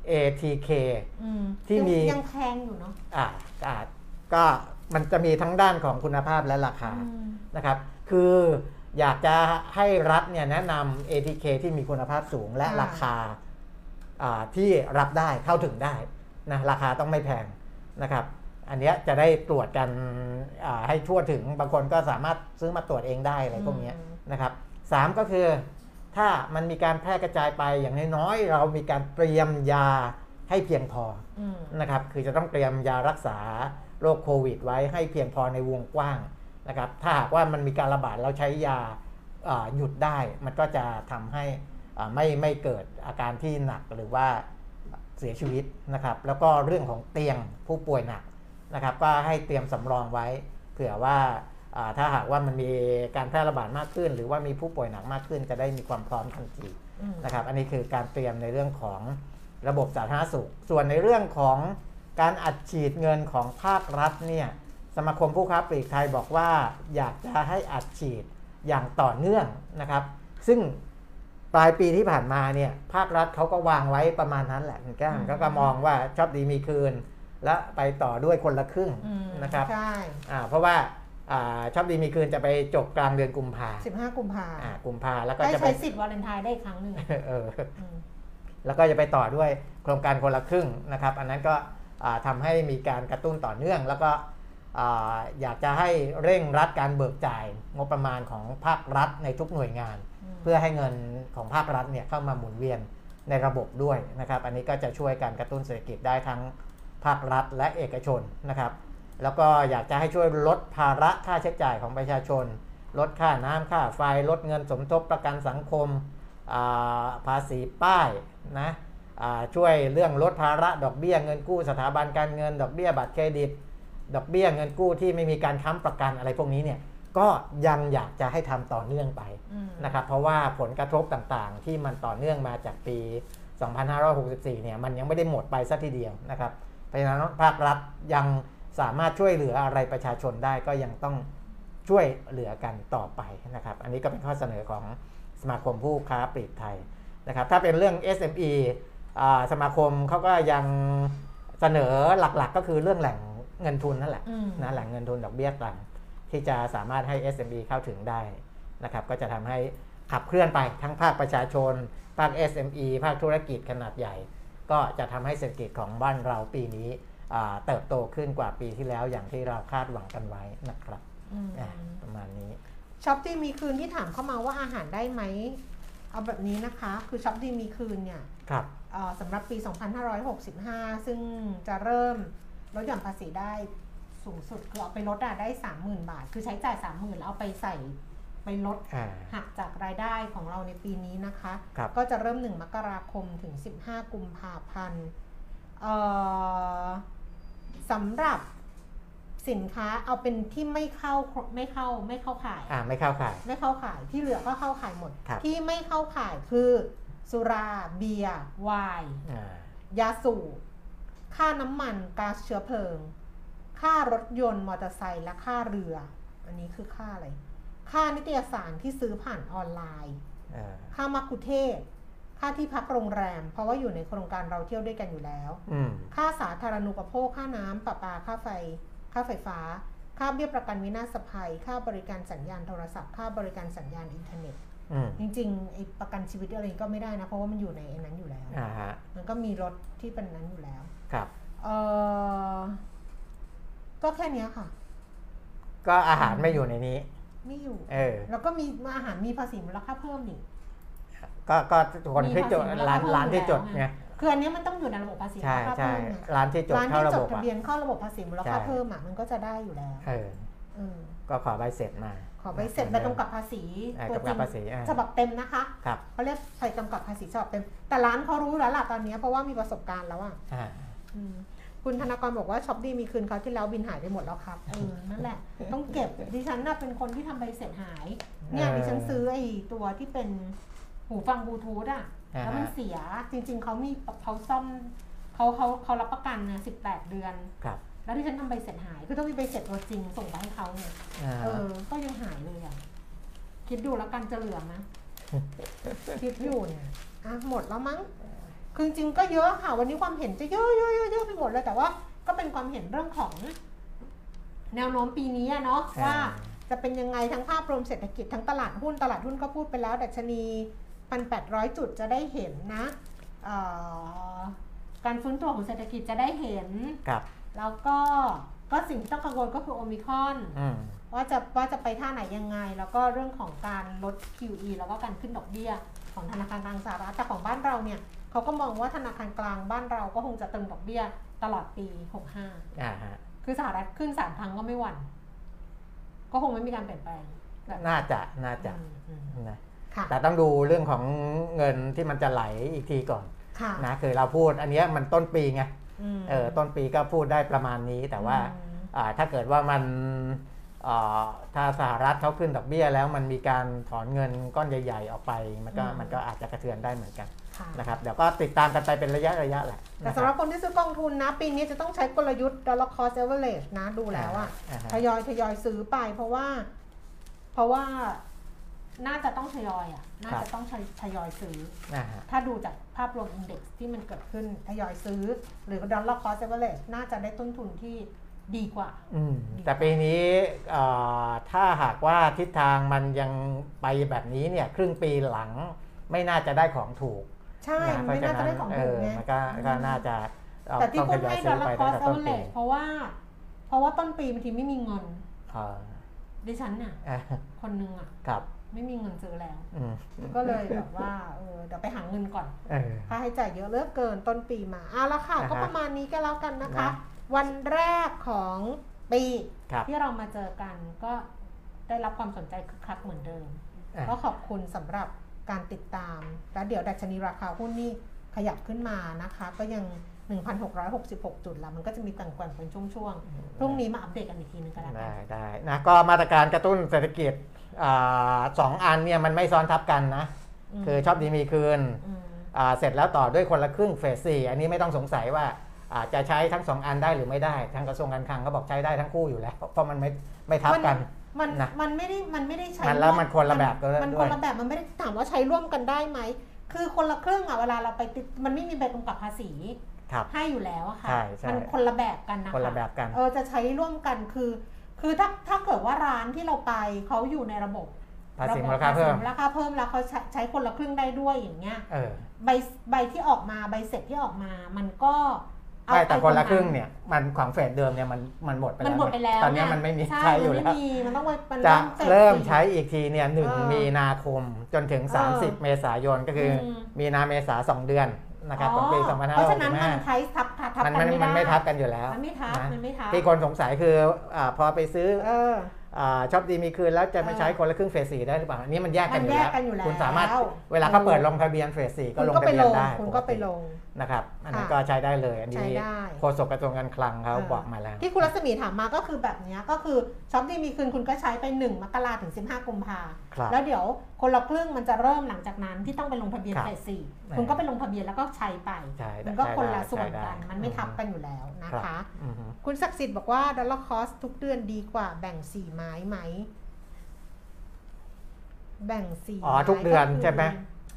ATK ที่มียังแพงอยู่เนาะก็มันจะมีทั้งด้านของคุณภาพและราคานะครับคืออยากจะให้รัฐเนี่ยแนะนำ ATK ที่มีคุณภาพสูงและราคาที่รับได้เข้าถึงได้นะราคาต้องไม่แพงนะครับอันนี้จะได้ตรวจกันให้ทั่วถึงบางคนก็สามารถซื้อมาตรวจเองได้อะไรพวกนี้นะครับ3ก็คือถ้ามันมีการแพร่กระจายไปอย่างน้อยๆเรามีการเตรียมยาให้เพียงพอนะครับคือจะต้องเตรียมยารักษาโรคโควิดไว้ให้เพียงพอในวงกว้างนะครับถ้าหากว่ามันมีการระบาดเราใช้ยาหยุดได้มันก็จะทำให้ไม่เกิดอาการที่หนักหรือว่าเสียชีวิตนะครับแล้วก็เรื่องของเตียงผู้ป่วยหนักนะครับก็ให้เตรียมสำรองไว้เผื่อว่าถ้าหากว่ามันมีการแพร่ระบาดมากขึ้นหรือว่ามีผู้ป่วยหนักมากขึ้นจะได้มีความพร้อมทันทีนะครับอันนี้คือการเตรียมในเรื่องของระบบสาธารณสุขส่วนในเรื่องของการอัดฉีดเงินของภาครัฐเนี่ยสมาคมผู้ค้าปลีกไทยบอกว่าอยากจะให้อัดฉีดอย่างต่อเนื่องนะครับซึ่งปลายปีที่ผ่านมาเนี่ยภาครัฐเขาก็วางไว้ประมาณนั้นแหละคุณแก้มก็มองว่าชอบดีมีคืนและไปต่อด้วยคนละครึ่งนะครับใช่เพราะว่าชอบดีมีคืนจะไปจบกลางเดือนกุมภา 15 กุมภาแล้วก็จะใช้สิทธิ์วาเลนไทน์ได้ครั้งนึงแล้วก็จะไปต่อด้วยโครงการคนละครึ่งนะครับอันนั้นก็ทำให้มีการกระตุ้นต่อเนื่องแล้วก็อยากจะให้เร่งรัดการเบิกจ่ายงบประมาณของภาครัฐในทุกหน่วยงานเพื่อให้เงินของภาครัฐเนี่ยเข้ามาหมุนเวียนในระบบด้วยนะครับอันนี้ก็จะช่วยการกระตุ้นเศรษฐกิจได้ทั้งภาครัฐและเอกชนนะครับแล้วก็อยากจะให้ช่วยลดภาระค่าใช้จ่ายของประชาชนลดค่าน้ำค่าไฟลดเงินสมทบประกันสังคมภาษีป้ายนะช่วยเรื่องลดภาระดอกเบี้ยเงินกู้สถาบันการเงินดอกเบี้ยบัตรเครดิตดอกเบี้ยเงินกู้ที่ไม่มีการค้ำประกันอะไรพวกนี้เนี่ยก็ยังอยากจะให้ทำต่อเนื่องไปนะครับเพราะว่าผลกระทบต่างๆที่มันต่อเนื่องมาจากปี 2564 เนี่ยมันยังไม่ได้หมดไปซะทีเดียวนะครับเพราะฉะนั้นภาครัฐยังสามารถช่วยเหลืออะไรประชาชนได้ก็ยังต้องช่วยเหลือกันต่อไปนะครับอันนี้ก็เป็นข้อเสนอของสมาคมผู้ค้าปลีกไทยนะครับถ้าเป็นเรื่อง SME สมาคมเขาก็ยังเสนอหลักๆก็คือเรื่องแหล่งเงินทุนนั่นแหละนะแหล่งเงินทุนดอกเบี้ยต่ำที่จะสามารถให้ SME เข้าถึงได้นะครับก็จะทำให้ขับเคลื่อนไปทั้งภาคประชาชนภาค SME ภาคธุรกิจขนาดใหญ่ก็จะทำให้เศรษฐกิจของบ้านเราปีนี้เติบโตขึ้นกว่าปีที่แล้วอย่างที่เราคาดหวังกันไว้นะครับประมาณนี้ช็อปที่มีคืนที่ถามเข้ามาว่าอาหารได้ไหมเอาแบบนี้นะคะคือช็อปที่มีคืนเนี่ยสำหรับปี 2565 ซึ่งจะเริ่มลดหย่อนภาษีได้สูงสุดคือเอาไปลดได้ 30,000 บาทคือใช้จ่าย 30,000 แล้วเอาไปใส่ไปลดหักจากรายได้ของเราในปีนี้นะคะก็จะเริ่ม1 มกราคมถึง15 กุมภาพันธ์สำหรับสินค้าเอาเป็นที่ไม่เข้าข่ายไม่เข้าข่ายไม่เข้าข่ายที่เหลือก็เข้าข่ายหมดที่ไม่เข้าข่ายคือสุราเบียร์ไวน์ยาสูบค่าน้ำมันก๊าซเชื้อเพลิงค่ารถยนต์มอเตอร์ไซค์และค่าเรืออันนี้คือค่าอะไรค่านิตยสารที่ซื้อผ่านออนไลน์ค่ามัคคุเทศก์ค่าที่พักโรงแรมเพราะว่าอยู่ในโครงการเราเที่ยวด้วยกันอยู่แล้วค่าสาธารณูปโภคค่าน้ำประปาค่าไฟฟ้าค่าเบี้ยประกันวินาศภัยค่าบริการสัญญาณโทรศัพท์ค่าบริการสัญญาณอินเทอร์เน็ตจริงๆไอ้ประกันชีวิตอะไรก็ไม่ได้นะเพราะว่ามันอยู่ในนั้นอยู่แล้วมันก็มีรถที่เป็นนั้นอยู่แล้วครับก็แค่นี้ค่ะก็อาหารไม่อยู่ในนี้ไม่อยู่แล้วก็มีอาหารมีภาษีมูลค่าเพิ่มนี่ก็คนที่จดร้านที่จดเนี่ยคืออันนี้มันต้องอยู่ในระบบภาษีมูลค่าเพิ่มร้านที่จดเข้าระบบทะเบียนเข้าระบบภาษีมูลค่าเพิ่มมันก็จะได้อยู่แล้วก็ขอใบเสร็จมาขอใบเสร็จใบกำกับภาษีตัวจริงฉบับเต็มนะคะเขาเรียกใบกำกับภาษีฉบับเต็มแต่ร้านเขารู้แล้วล่ะตอนนี้เพราะว่ามีประสบการณ์แล้วอ่ะคุณธนากรบอกว่าช็อปดีมีคืนเขาที่แล้วบินหายไปหมดแล้วครับนั่นแหละต้องเก็บดิฉันน่ะเป็นคนที่ทำใบเสร็จหายเนี่ยดิฉันซื้อไอ้ตัวที่เป็นหูฟังบลูทูธแล้วมันเสียจริงๆเขาซ่อมเขารับประกันนะ18 เดือนแล้วที่ฉันทำใบเสร็จหายคือต้องมีใบเสร็จตัวจริงส่งไปให้เขาเนี่ยก็ยังหายเลยอ่ะคิดดูแล้วกันจะเหลือไหมคิดอยู่เนี่ยหมดแล้วมั้งคือจริงก็เยอะค่ะวันนี้ความเห็นจะเยอะไปหมดเลยแต่ว่าก็เป็นความเห็นเรื่องของแนวโน้มปีนี้เนาะว่าจะเป็นยังไงทั้งภาพรวมเศรษฐกิจทั้งตลาดหุ้นก็พูดไปแล้วดัชนี 1,800 จุดจะได้เห็นนะการฟื้นตัวของเศรษฐกิจจะได้เห็นแล้วก็สิ่งที่ต้องกังวลก็คือโอมิครอนว่าจะไปท่าไหนยังไงแล้วก็เรื่องของการลด QE แล้วก็การขึ้นดอกเบี้ยของธนาคารกลางสหรัฐแต่ของบ้านเราเนี่ยเขาก็มองว่าธนาคารกลางบ้านเราก็คงจะตึงดอกเบี้ยตลอดปี65คือสหรัฐขึ้น3 ครั้งก็ไม่หวั่นก็คงไม่มีการเปลี่ยนแปลงน่าจะนะแต่ต้องดูเรื่องของเงินที่มันจะไหลอีกทีก่อนนะคือเราพูดอันนี้มันต้นปีไงต้นปีก็พูดได้ประมาณนี้แต่ว่าถ้าเกิดว่ามันถ้าสหรัฐเขาขึ้นดอกเบี้ยแล้วมันมีการถอนเงินก้อนใหญ่ๆออกไปมันก็อาจจะกระเทือนได้เหมือนกันนะครับเดี๋ยวก็ติดตามกันไปเป็นระยะแหละแต่สำหรับคนที่ซื้อกองทุนนะปีนี้จะต้องใช้กลยุทธ์ dollar cost average นะดูแล้วทยอยซื้อไปเพราะว่าน่าจะต้องทยอยน่าจะต้องทยอยซื้อถ้าดูจากภาพรวม index ที่มันเกิดขึ้นทยอยซื้อหรือ dollar cost average น่าจะได้ต้นทุนที่ดีกว่าแต่ปีนี้ถ้าหากว่าทิศทางมันยังไปแบบนี้เนี่ยครึ่งปีหลังไม่น่าจะได้ของถูกใช่ไม่น่าจะได้ของถูกไงก็น่าจะแต่ที่พูดให้dollar cost average เพราะว่าต้นปีบางทีไม่มีเงินดิฉันน่ะคนนึงไม่มีเงินซื้อแล้วก็เลยแบบว่าเดี๋ยวไปหาเงินก่อนค่าใช้จ่ายเยอะเหลือเกินต้นปีมาละค่ะก็ประมาณนี้ก็แล้วกันนะคะวันแรกของปีที่เรามาเจอกันก็ได้รับความสนใจคึกคักเหมือนเดิมก็ขอบคุณสำหรับการติดตามแล้วเดี๋ยวดัชนีราคาหุ้นนี่ขยับขึ้นมานะคะก็ยัง 1,666 จุดแล้วมันก็จะมีแกว่งเป็นช่วงๆพรุ่งนี้มาอัปเดตกันอีกทีนึงก็ได้นะก็มาตรการกระตุ้นเศรษฐกิจ2 อันเนี่ยมันไม่ซ้อนทับกันนะคือชอบดีมีคืนเสร็จแล้วต่อด้วยคนละครึ่งเฟส 4อันนี้ไม่ต้องสงสัยว่าจะใช้ทั้ง2 อันได้หรือไม่ได้ทางกระทรวงการคลังก็บอกใช้ได้ทั้งคู่อยู่แล้วเพราะมันไม่ทับกันมันไม่ได้ใช้แล้วมันคนละแบบก็ด้วยมันคนละแบบมันไม่ได้ถามว่าใช้ร่วมกันได้ไหมคือคนละครึ่งเวลาเราไปติดมันไม่มีใบกำกับภาษีให้อยู่แล้วค่ะมันคนละแบบกันนะคะคนละแบบกันจะใช้ร่วมกันคือถ้าเกิดว่าร้านที่เราไปเขาอยู่ในระบบภาษีมูลค่าเพิ่มแล้วเขาใช้คนละครึ่งได้ด้วยอย่างเงี้ยใบที่ออกมาใบเสร็จที่ออกมามันก็แต่คนละครึ่งเนี่ยมันของเฟสเดิมเนี่ยมันหมดไปแล้วตอนนี้มันไม่มีใช้อยู่แล้วจะเริ่มใช้อีกทีเนี่ย1 มีนาคมจนถึง30 เมษายนก็คือมีนาเมษา2 เดือนนะครับของปี2565 เพราะฉะนั้นมันใช้ทับกันไม่ได้มันไม่ทับกันอยู่แล้วมันไม่ทับที่คนสงสัยคือพอไปซื้อช็อปดีมีคืนแล้วจะไปใช้คนละครึ่งเฟส 4ได้หรือเปล่าอันนี้มันแยกกันอยู่แล้วคุณสามารถเวลาเขาเปิดลงทะเบียนเฟส 4ก็ลงทะเบียนได้คุณก็ไปลงนะครับอันนั้นก็ใช้ได้เลยอันนี้โฆษกกระทรวงการคลังเขาบอกมาแล้วที่คุณรัศมีถามมาก็คือแบบนี้ก็คือช็อปดีมีคืนคุณก็ใช้ไป1 มกราคมถึง15 กุมภาพันธ์แล้วเดี๋ยวคนละครึ่งมันจะเริ่มหลังจากนั้นที่ต้องไปลงทะเบียนเฟส 4คุณก็ไปลงทะเบียนแล้วก็ใช้ไปมันก็คนละส่วนกันมันไม่ทับกันอยู่แล้วนะคะคุณศักดิ์สิทธิ์บอกว่าดอลลาร์คอสทุกเดือนดีกว่าแบ่ง4 ไม้ไหมแบ่ง4 ทุกเดือนใช่ไหม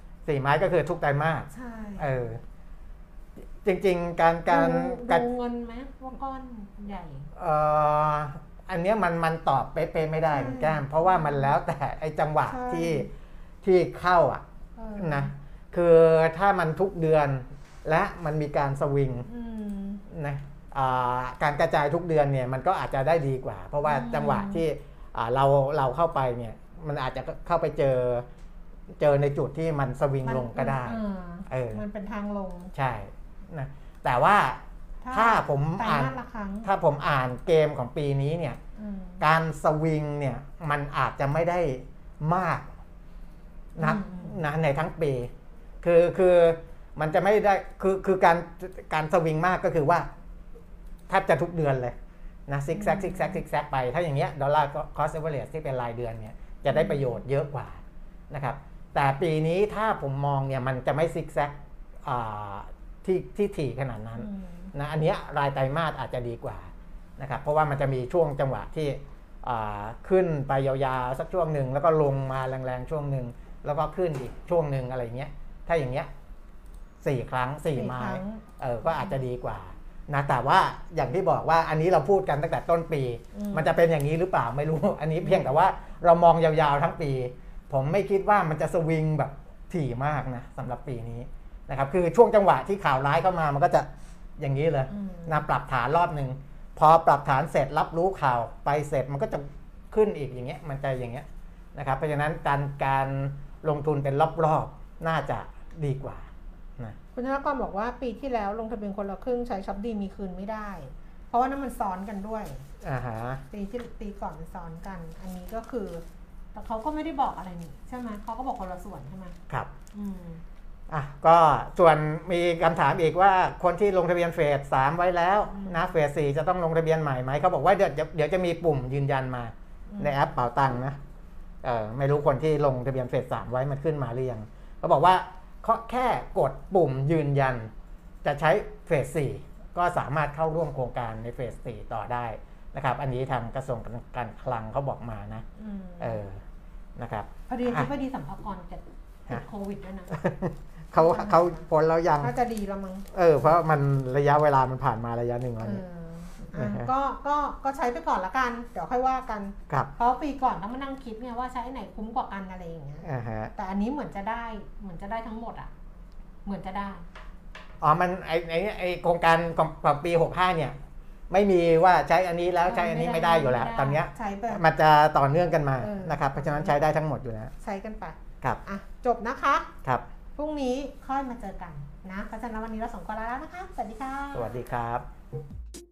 4 ไม้ก็คือทุกไตรมาสใช่จริงๆการเงินไหมว่าก้อนใหญ่อันนี้มันตอบเป๊ะๆไม่ได้แก้มเพราะว่ามันแล้วแต่ไอ้จังหวะที่เข้านะคือถ้ามันทุกเดือนและมันมีการสวิงนะการกระจายทุกเดือนเนี่ยมันก็อาจจะได้ดีกว่าเพราะว่าจังหวะที่เราเข้าไปเนี่ยมันอาจจะเข้าไปเจอในจุดที่มันสวิงลงก็ได้มันเป็นทางลงใช่นะแต่ว่าถ้าผมอ่านเกมของปีนี้เนี่ยการสวิงเนี่ยมันอาจจะไม่ได้มากนะในทั้งปีคือมันจะไม่ได้คือการสวิงมากก็คือว่าแทบจะทุกเดือนเลยนะซิกแซกไปถ้าอย่างเงี้ยดอลลาร์คอสเอเวอเรจที่เป็นรายเดือนเนี่ยจะได้ประโยชน์เยอะกว่านะครับแต่ปีนี้ถ้าผมมองเนี่ยมันจะไม่ซิกแซกที่ถี่ขนาดนั้นนะอันนี้รายไตรมาสอาจจะดีกว่านะครับเพราะว่ามันจะมีช่วงจังหวะที่ขึ้นไปยาวๆสักช่วงหนึ่งแล้วก็ลงมาแรงๆช่วงหนึ่งแล้วก็ขึ้นอีกช่วงหนึ่งอะไรเงี้ยถ้าอย่างเงี้ย4 ครั้ง 4 ไม้ก็อาจจะดีกว่านะแต่ว่าอย่างที่บอกว่าอันนี้เราพูดกันตั้งแต่ต้นปีมันจะเป็นอย่างนี้หรือเปล่าไม่รู้อันนี้เพียงแต่ว่าเรามองยาวๆทั้งปีผมไม่คิดว่ามันจะสวิงแบบถี่มากนะสำหรับปีนี้นะครับคือช่วงจังหวะที่ข่าวร้ายเข้ามามันก็จะอย่างนี้เลยนะปรับฐานรอบนึงพอปรับฐานเสร็จรับรู้ข่าวไปเสร็จมันก็จะขึ้นอีกอย่างเงี้ยมันจะอย่างเงี้ยนะครับเพราะฉะนั้นการลงทุนเป็นรอบๆน่าจะดีกว่านะคุณธนกรบอกว่าปีที่แล้วลงทะเบียนคนละครึ่งใช้ช็อปดีมีคืนไม่ได้เพราะว่านั้นมันซ้อนกันด้วยปีก่อนมันซ้อนกันอันนี้ก็คือแต่เขาก็ไม่ได้บอกอะไรนี่ใช่ไหมเขาก็บอกคนละส่วนใช่ไหมครับก็ส่วนมีคำถามอีกว่าคนที่ลงทะเบียนเฟส 3ไว้แล้วนะเฟส 4จะต้องลงทะเบียนใหม่ไหมเขาบอกว่าเดี๋ยวจะมีปุ่มยืนยันมาในแอปเป๋าตังค์นะไม่รู้คนที่ลงทะเบียนเฟส 3ไว้มันขึ้นมาหรือยังเขาบอกว่าแค่กดปุ่มยืนยันจะใช้เฟส 4ก็สามารถเข้าร่วมโครงการในเฟส 4ต่อได้นะครับอันนี้ทางกระทรวงการคลังเขาบอกมานะนะครับพอดีสัมภาระจะติดโควิดด้วยนะเขาพ้นแล้วยังน่าจะดีแล้วมั้งเพราะมันระยะเวลามันผ่านมาระยะหนึ่งแล้วก็ใช้ไปก่อนละกันเดี๋ยวค่อยว่ากันเพราะปีก่อนต้องมานั่งคิดไงว่าใช้ไหนคุ้มกว่ากันอะไรอย่างเงี้ยแต่อันนี้เหมือนจะได้ทั้งหมดเหมือนจะได้มันไอโครงการของปี65เนี่ยไม่มีว่าใช้อันนี้แล้วใช้อันนี้ไม่ได้อยู่แล้วตอนนี้มันจะต่อเนื่องกันมานะครับเพราะฉะนั้นใช้ได้ทั้งหมดอยู่แล้วใช้กันไปครับจบนะคะครับพรุ่งนี้ค่อยมาเจอกันนะเพราะฉะนั้นวันนี้เรา2 คนลาแล้วนะคะสวัสดีค่ะสวัสดีครับ